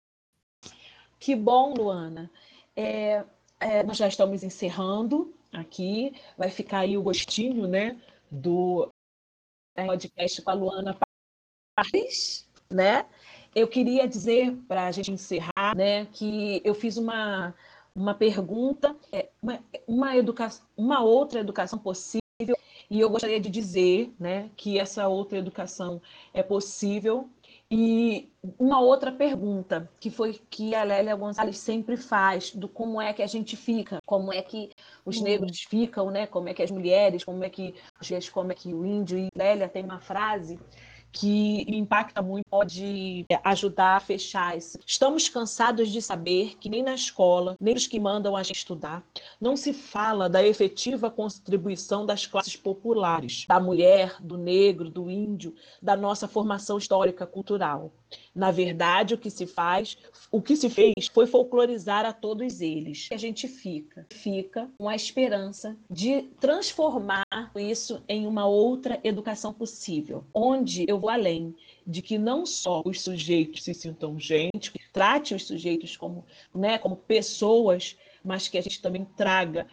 B: Que bom, Luana. É, é, nós já estamos encerrando aqui. Vai ficar aí o gostinho, né, do podcast com a Luana Paes, né? Eu queria dizer, para a gente encerrar, né, que eu fiz uma, uma pergunta, uma, uma, educação, uma outra educação possível, e eu gostaria de dizer, né, que essa outra educação é possível. E uma outra pergunta, que foi que a Lélia Gonzalez sempre faz, do como é que a gente fica, como é que os hum. negros ficam, né? Como é que as mulheres, como é que, como é que o índio. E Lélia tem uma frase que impacta muito, pode ajudar a fechar isso. Estamos cansados de saber que nem na escola, nem os que mandam a gente estudar, não se fala da efetiva contribuição das classes populares, da mulher, do negro, do índio, da nossa formação histórica cultural. Na verdade, o que se faz, o que se fez foi folclorizar a todos eles. A gente fica, fica com a esperança de transformar isso em uma outra educação possível, onde eu vou além de que não só os sujeitos se sintam gente, que trate os sujeitos como, né, como pessoas, mas que a gente também traga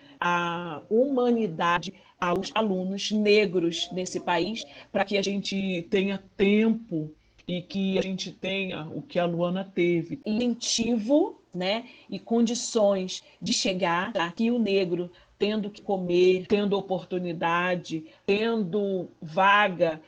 B: a humanidade aos alunos negros nesse país, para que a gente tenha tempo e que a gente tenha o que a Luana teve, incentivo, né, e condições de chegar aqui o negro tendo que comer, tendo oportunidade, tendo vaga,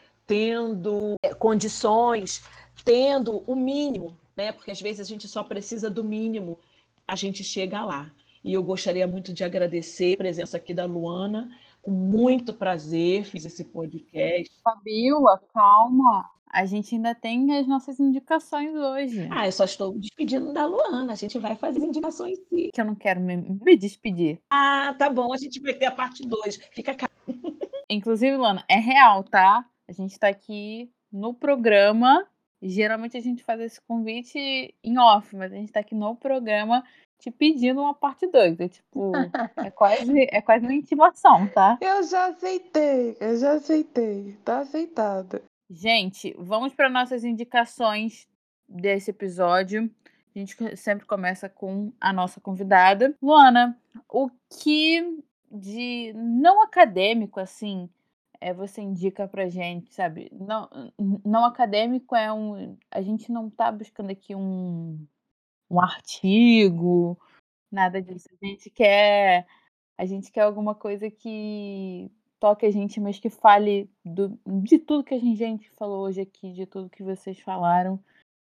B: tendo condições, tendo o mínimo, né, porque às vezes a gente só precisa do mínimo, a gente chega lá. E eu gostaria muito de agradecer a presença aqui da Luana, com muito prazer, fiz esse podcast.
A: Fabiola, calma. A gente ainda tem as nossas indicações hoje.
B: Ah, eu só estou me despedindo da Luana. A gente vai fazer indicações sim.
A: Que eu não quero me, me despedir.
B: Ah, tá bom. A gente vai ter a parte dois. Fica calma.
A: Inclusive, Luana, é real, tá? A gente tá aqui no programa. Geralmente a gente faz esse convite em off, mas a gente tá aqui no programa te pedindo uma parte dois. É tipo, é quase, é quase uma intimação, tá?
C: Eu já aceitei, eu já aceitei. Tá aceitado.
A: Gente, vamos para nossas indicações desse episódio. A gente sempre começa com a nossa convidada. Luana, o que de não acadêmico, assim, é, você indica pra gente, sabe? Não, não acadêmico é um... A gente não tá buscando aqui um, um artigo, nada disso. A gente quer... A gente quer alguma coisa que toque a gente, mas que fale do, de tudo que a gente, gente falou hoje aqui, de tudo que vocês falaram.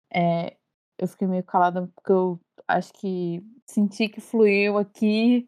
A: É, eu fiquei meio calada porque eu acho que senti que fluiu aqui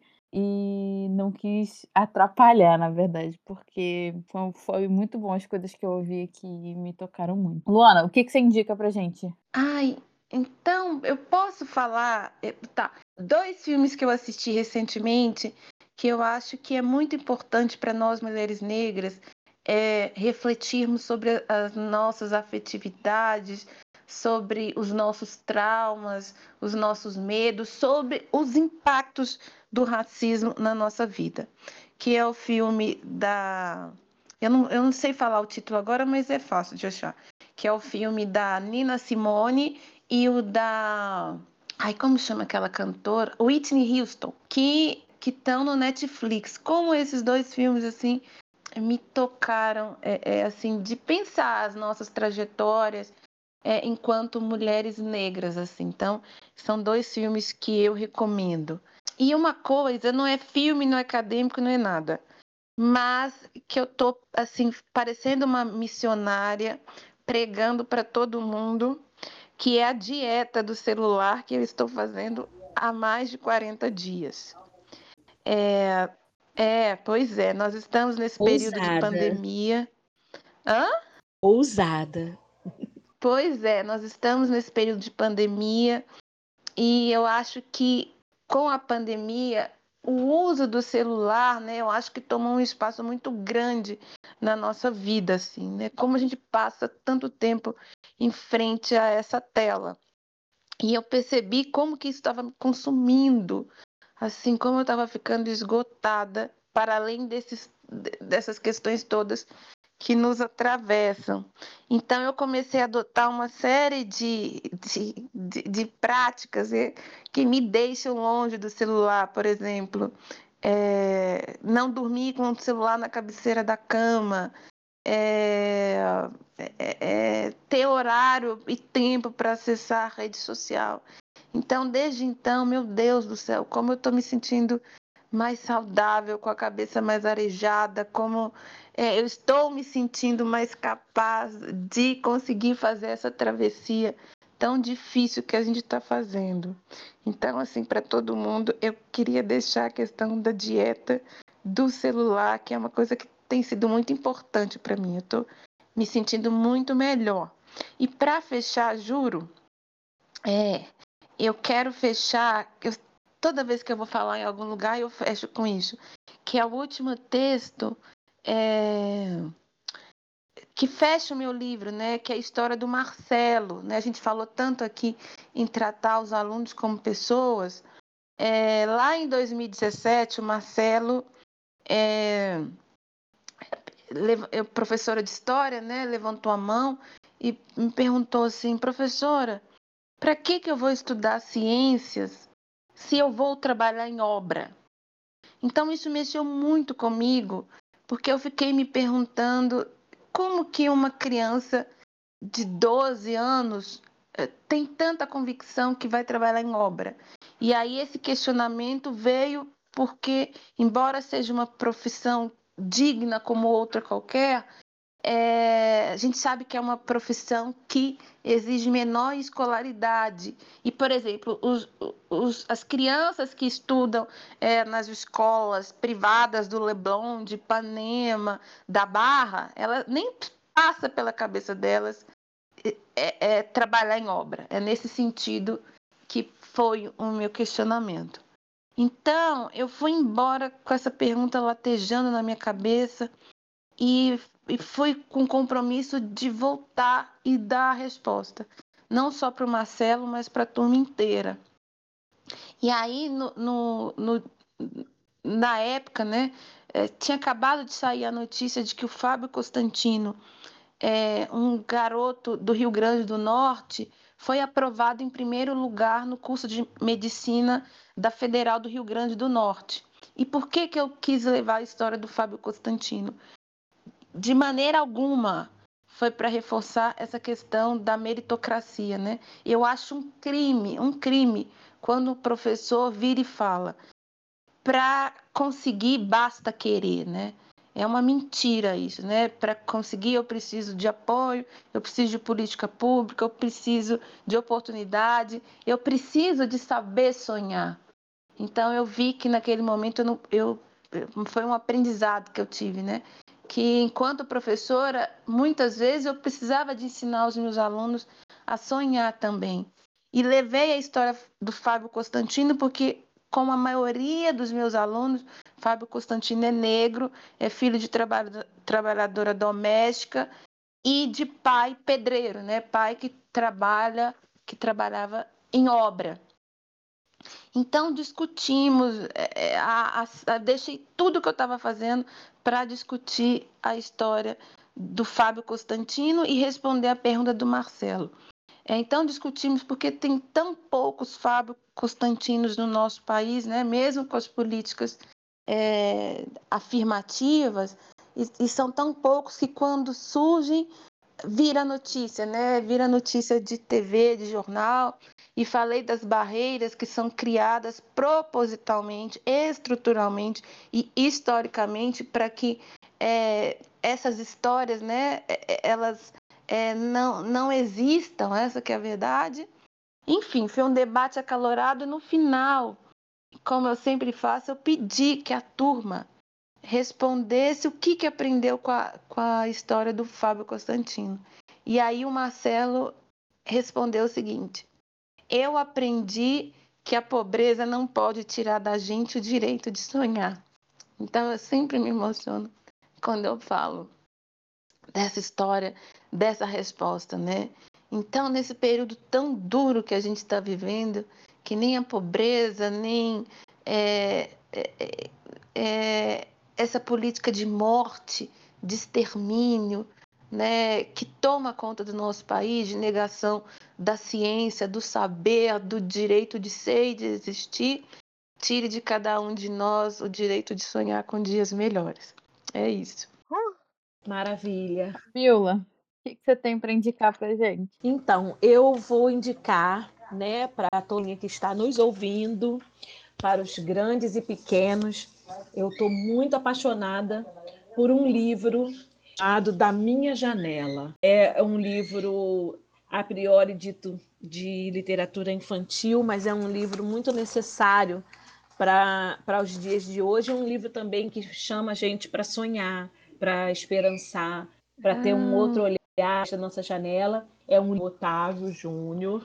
A: e não quis atrapalhar, na verdade, porque foi, foi muito bom as coisas que eu ouvi aqui e me tocaram muito. Luana, o que, que você indica pra gente?
C: Ai, então eu posso falar, eh, tá, dois filmes que eu assisti recentemente que eu acho que é muito importante para nós mulheres negras é, refletirmos sobre as nossas afetividades, sobre os nossos traumas, os nossos medos, sobre os impactos do racismo na nossa vida, que é o filme da... Eu não, eu não sei falar o título agora, mas é fácil de achar. Que é o filme da Nina Simone e o da... Ai, como chama aquela cantora? Whitney Houston, que que estão no Netflix. Como esses dois filmes, assim, me tocaram, é, é, assim, de pensar as nossas trajetórias é, enquanto mulheres negras, assim. Então, são dois filmes que eu recomendo. E uma coisa, não é filme, não é acadêmico, não é nada, mas que eu tô, assim, parecendo uma missionária, pregando para todo mundo, que é a dieta do celular que eu estou fazendo há mais de quarenta dias. É, é, pois é, nós estamos nesse período de
B: Ousada.
C: pandemia. Hã?
B: Ousada.
C: Pois é, nós estamos nesse período de pandemia e eu acho que com a pandemia o uso do celular, né, eu acho que tomou um espaço muito grande na nossa vida, assim, né? Como a gente passa tanto tempo em frente a essa tela. E eu percebi como que isso estava me consumindo, assim como eu estava ficando esgotada, para além desses, dessas questões todas que nos atravessam. Então, eu comecei a adotar uma série de, de, de, de práticas que me deixam longe do celular, por exemplo, é, não dormir com o celular na cabeceira da cama, é, é, é, ter horário e tempo para acessar a rede social. Então, desde então, meu Deus do céu, como eu estou me sentindo mais saudável, com a cabeça mais arejada, como é, eu estou me sentindo mais capaz de conseguir fazer essa travessia tão difícil que a gente está fazendo. Então, assim, para todo mundo, eu queria deixar a questão da dieta do celular, que é uma coisa que tem sido muito importante para mim. Eu estou me sentindo muito melhor. E para fechar, juro, é, eu quero fechar, eu toda vez que eu vou falar em algum lugar, eu fecho com isso, que é o último texto é, que fecha o meu livro, né? Que é a história do Marcelo, né? A gente falou tanto aqui em tratar os alunos como pessoas. É, lá em dois mil e dezessete, o Marcelo, é, eu, professora de história, né? Levantou a mão e me perguntou assim, professora, para que que eu vou estudar ciências se eu vou trabalhar em obra? Então isso mexeu muito comigo, porque eu fiquei me perguntando como que uma criança de doze anos eh, tem tanta convicção que vai trabalhar em obra. E aí esse questionamento veio porque, embora seja uma profissão digna como outra qualquer, é, a gente sabe que é uma profissão que exige menor escolaridade. E, por exemplo, os, os, as crianças que estudam é, nas escolas privadas do Leblon, de Ipanema, da Barra, ela nem passa pela cabeça delas é, é trabalhar em obra. É nesse sentido que foi o meu questionamento. Então, eu fui embora com essa pergunta latejando na minha cabeça e, e fui com o compromisso de voltar e dar a resposta. Não só para o Marcelo, mas para a turma inteira. E aí, no, no, no, na época, né, tinha acabado de sair a notícia de que o Fábio Constantino, é, um garoto do Rio Grande do Norte, foi aprovado em primeiro lugar no curso de medicina da Federal do Rio Grande do Norte. E por que que eu quis levar a história do Fábio Constantino? De maneira alguma foi para reforçar essa questão da meritocracia, né? Eu acho um crime, um crime, quando o professor vira e fala, para conseguir basta querer, né? É uma mentira isso, né? Para conseguir eu preciso de apoio, eu preciso de política pública, eu preciso de oportunidade, eu preciso de saber sonhar. Então eu vi que naquele momento eu, não, eu foi um aprendizado que eu tive, né? Que enquanto professora, muitas vezes eu precisava de ensinar os meus alunos a sonhar também. E levei a história do Fábio Constantino porque, como a maioria dos meus alunos, Fábio Constantino é negro, é filho de trabalha, trabalhadora doméstica e de pai pedreiro, né? Pai que trabalha, que trabalhava em obra. Então discutimos, é, a, a, a, deixei tudo que eu estava fazendo para discutir a história do Fábio Constantino e responder a pergunta do Marcelo. É, então discutimos porque tem tão poucos Fábio Constantinos no nosso país, né? Mesmo com as políticas é, afirmativas, e, e são tão poucos que quando surgem vira notícia, né? Vira notícia de T V, de jornal. E falei das barreiras que são criadas propositalmente, estruturalmente e historicamente para que é, essas histórias, né, elas é, não, não existam, essa que é a verdade. Enfim, foi um debate acalorado. No final, como eu sempre faço, eu pedi que a turma respondesse o que, que aprendeu com a, com a história do Fábio Constantino. E aí o Marcelo respondeu o seguinte: eu aprendi que a pobreza não pode tirar da gente o direito de sonhar. Então eu sempre me emociono quando eu falo dessa história, dessa resposta, né? Então, nesse período tão duro que a gente está vivendo, que nem a pobreza, nem é, é, é, essa política de morte, de extermínio, né, que toma conta do nosso país, de negação da ciência, do saber, do direito de ser e de existir, tire de cada um de nós o direito de sonhar com dias melhores. É isso.
B: Maravilha.
A: Bíola, o que, que você tem para indicar para gente?
B: Então, eu vou indicar, né, para a Tolinha que está nos ouvindo, para os grandes e pequenos, eu estou muito apaixonada por um livro chamado Da Minha Janela. É um livro, a priori dito, de literatura infantil, mas é um livro muito necessário para os dias de hoje. É um livro também que chama a gente para sonhar, para esperançar, para ter um outro olhar da nossa janela. É um Otávio Júnior,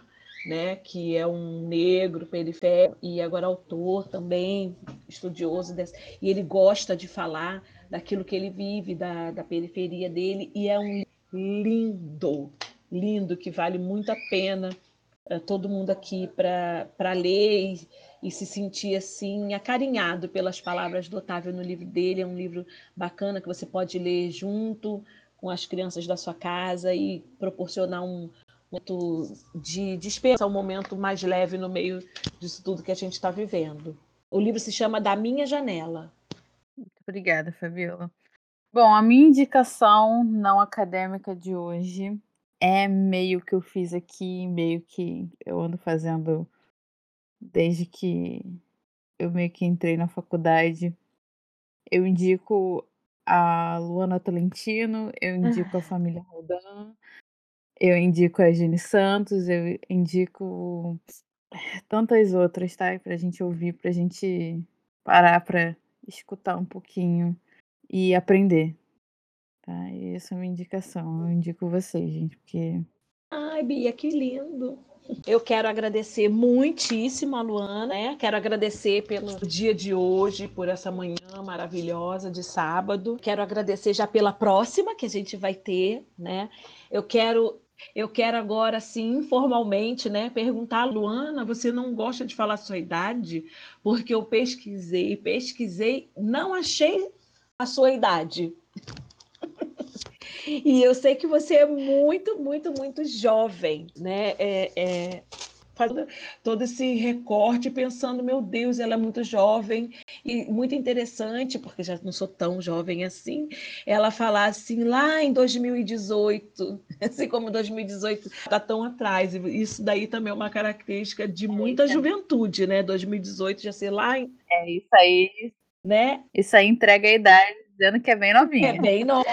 B: né, que é um negro periférico e agora autor também, estudioso desse, e ele gosta de falar daquilo que ele vive, da, da periferia dele, e é um lindo, lindo, que vale muito a pena uh, todo mundo aqui para ler e, e se sentir assim acarinhado pelas palavras do Otávio no livro dele. É um livro bacana que você pode ler junto com as crianças da sua casa e proporcionar um momento de dispersar, um momento mais leve no meio disso tudo que a gente está vivendo. O livro se chama Da Minha Janela.
A: Muito obrigada, Fabiola. Bom, a minha indicação não acadêmica de hoje é meio que eu fiz aqui, meio que eu ando fazendo desde que eu meio que entrei na faculdade. Eu indico a Luana Tolentino, eu indico a família Roldan, eu indico a Jenny Santos, eu indico tantas outras, tá? Pra gente ouvir, pra gente parar pra escutar um pouquinho e aprender, tá? E essa é a minha indicação. Eu indico vocês, gente, porque
B: Ai, Bia, que lindo! Eu quero agradecer muitíssimo a Luana, né? Quero agradecer pelo dia de hoje, por essa manhã maravilhosa de sábado. Quero agradecer já pela próxima que a gente vai ter, né? Eu quero eu quero agora, assim, informalmente, né, perguntar a Luana, você não gosta de falar a sua idade? Porque eu pesquisei, pesquisei, não achei a sua idade. E eu sei que você é muito, muito, muito jovem, né? É, é, fazendo todo esse recorte, pensando, meu Deus, ela é muito jovem e muito interessante, porque já não sou tão jovem assim, ela falar assim, lá em dois mil e dezoito, assim como dois mil e dezoito está tão atrás, isso daí também é uma característica de muita juventude, né? dois mil e dezoito já ser lá, em,
A: é isso aí,
B: né?
A: isso aí entrega a idade dizendo que é bem novinha.
B: É bem nova.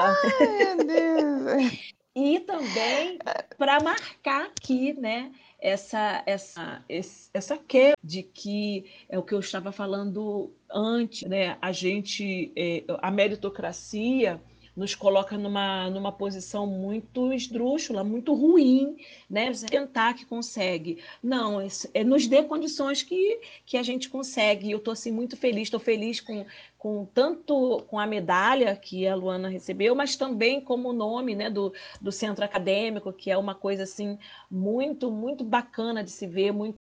C: Ai, meu Deus.
B: E também para marcar aqui, né, essa essa essa quebra de que é o que eu estava falando antes, né? A gente é, a meritocracia nos coloca numa, numa posição muito esdrúxula, muito ruim, né? Tentar que consegue. Não, é, nos dê condições que, que a gente consegue. E eu estou assim, muito feliz, estou feliz com, com tanto com a medalha que a Luana recebeu, mas também como o nome, né, do, do centro acadêmico, que é uma coisa assim muito, muito bacana de se ver, muito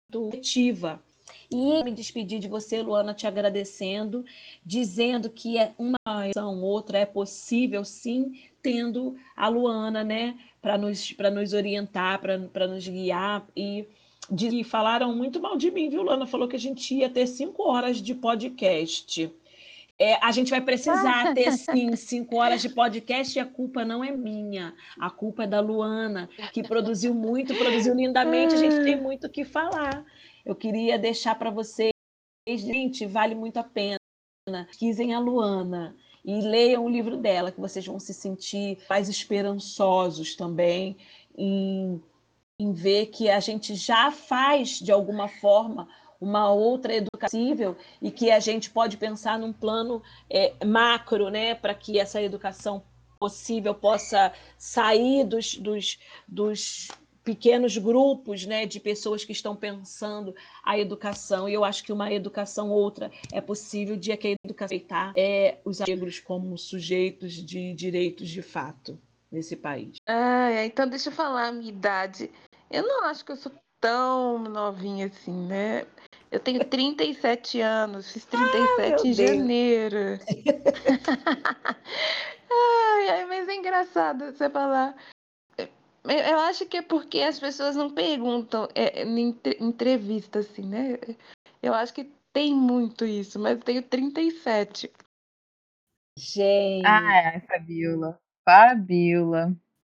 B: ativa. E me despedir de você, Luana, te agradecendo, dizendo que é uma ação, outra é possível, sim, tendo a Luana, né, para nos, para nos orientar, para nos guiar. E de, falaram muito mal de mim, viu, Luana? Falou que a gente ia ter cinco horas de podcast. É, a gente vai precisar ter, sim, cinco horas de podcast e a culpa não é minha. A culpa é da Luana, que produziu muito, produziu lindamente. A gente tem muito o que falar. Eu queria deixar para vocês, gente, vale muito a pena. Pesquisem a Luana e leiam o livro dela, que vocês vão se sentir mais esperançosos também em, em ver que a gente já faz, de alguma forma, uma outra educação e que a gente pode pensar num plano é, macro, né, para que essa educação possível possa sair dos, dos, dos pequenos grupos, né, de pessoas que estão pensando a educação. E eu acho que uma educação outra é possível, dia que a educação aceitar é, os negros como sujeitos de direitos de fato nesse país.
C: Ah, então deixa eu falar a minha idade. Eu não acho que eu sou tão novinha assim, né? Eu tenho trinta e sete anos, fiz trinta e sete
B: Meu
C: em
B: Deus.
C: janeiro. Ai, ai, mas é engraçado você falar. Eu eu acho que é porque as pessoas não perguntam é, em entre- entrevista, assim, né? Eu acho que tem muito isso, mas eu tenho trinta e sete.
B: Gente,
A: Ai, Fabiola. Fabiola.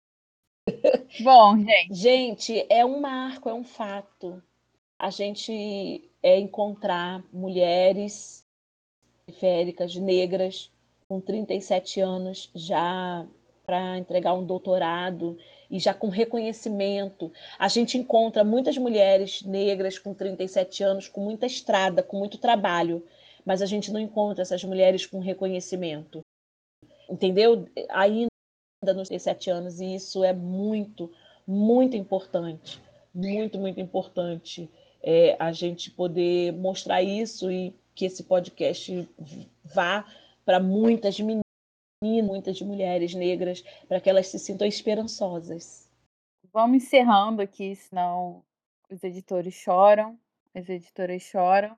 A: Bom, gente.
B: gente, é um marco, é um fato. A gente é encontrar mulheres periféricas, negras, com trinta e sete anos, já para entregar um doutorado e já com reconhecimento. A gente encontra muitas mulheres negras com trinta e sete anos, com muita estrada, com muito trabalho, mas a gente não encontra essas mulheres com reconhecimento. Entendeu? Ainda nos trinta e sete anos, e isso é muito, muito importante. muito, muito importante é, a gente poder mostrar isso e que esse podcast vá para muitas meninas, muitas mulheres negras, para que elas se sintam esperançosas.
A: Vamos encerrando aqui, senão os editores choram, as editoras choram.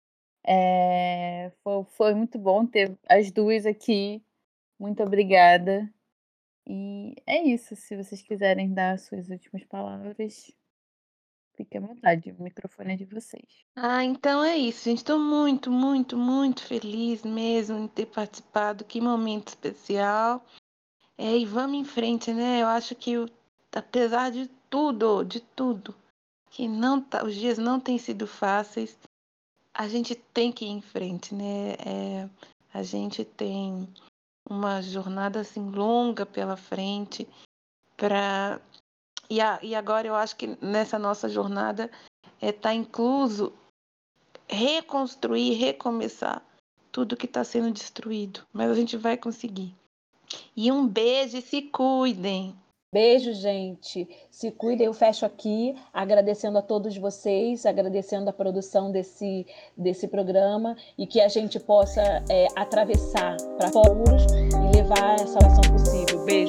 A: É, foi, foi muito bom ter as duas aqui. Muito obrigada. E é isso. Se vocês quiserem dar suas últimas palavras, fique à vontade. O microfone é de vocês.
C: Ah, então é isso, gente. Estou muito, muito, muito feliz mesmo em ter participado. Que momento especial. É, e vamos em frente, né? Eu acho que, o- apesar de tudo, de tudo, que não tá, os dias não têm sido fáceis, a gente tem que ir em frente, né? É, a gente tem uma jornada assim longa pela frente para e, a, e agora eu acho que nessa nossa jornada está incluso reconstruir, recomeçar tudo que está sendo destruído. Mas a gente vai conseguir. E um beijo e se cuidem.
B: Beijo, gente. Se cuidem, eu fecho aqui, agradecendo a todos vocês, agradecendo a produção desse, desse programa e que a gente possa é, atravessar para futuros e levar essa ação possível. Beijo.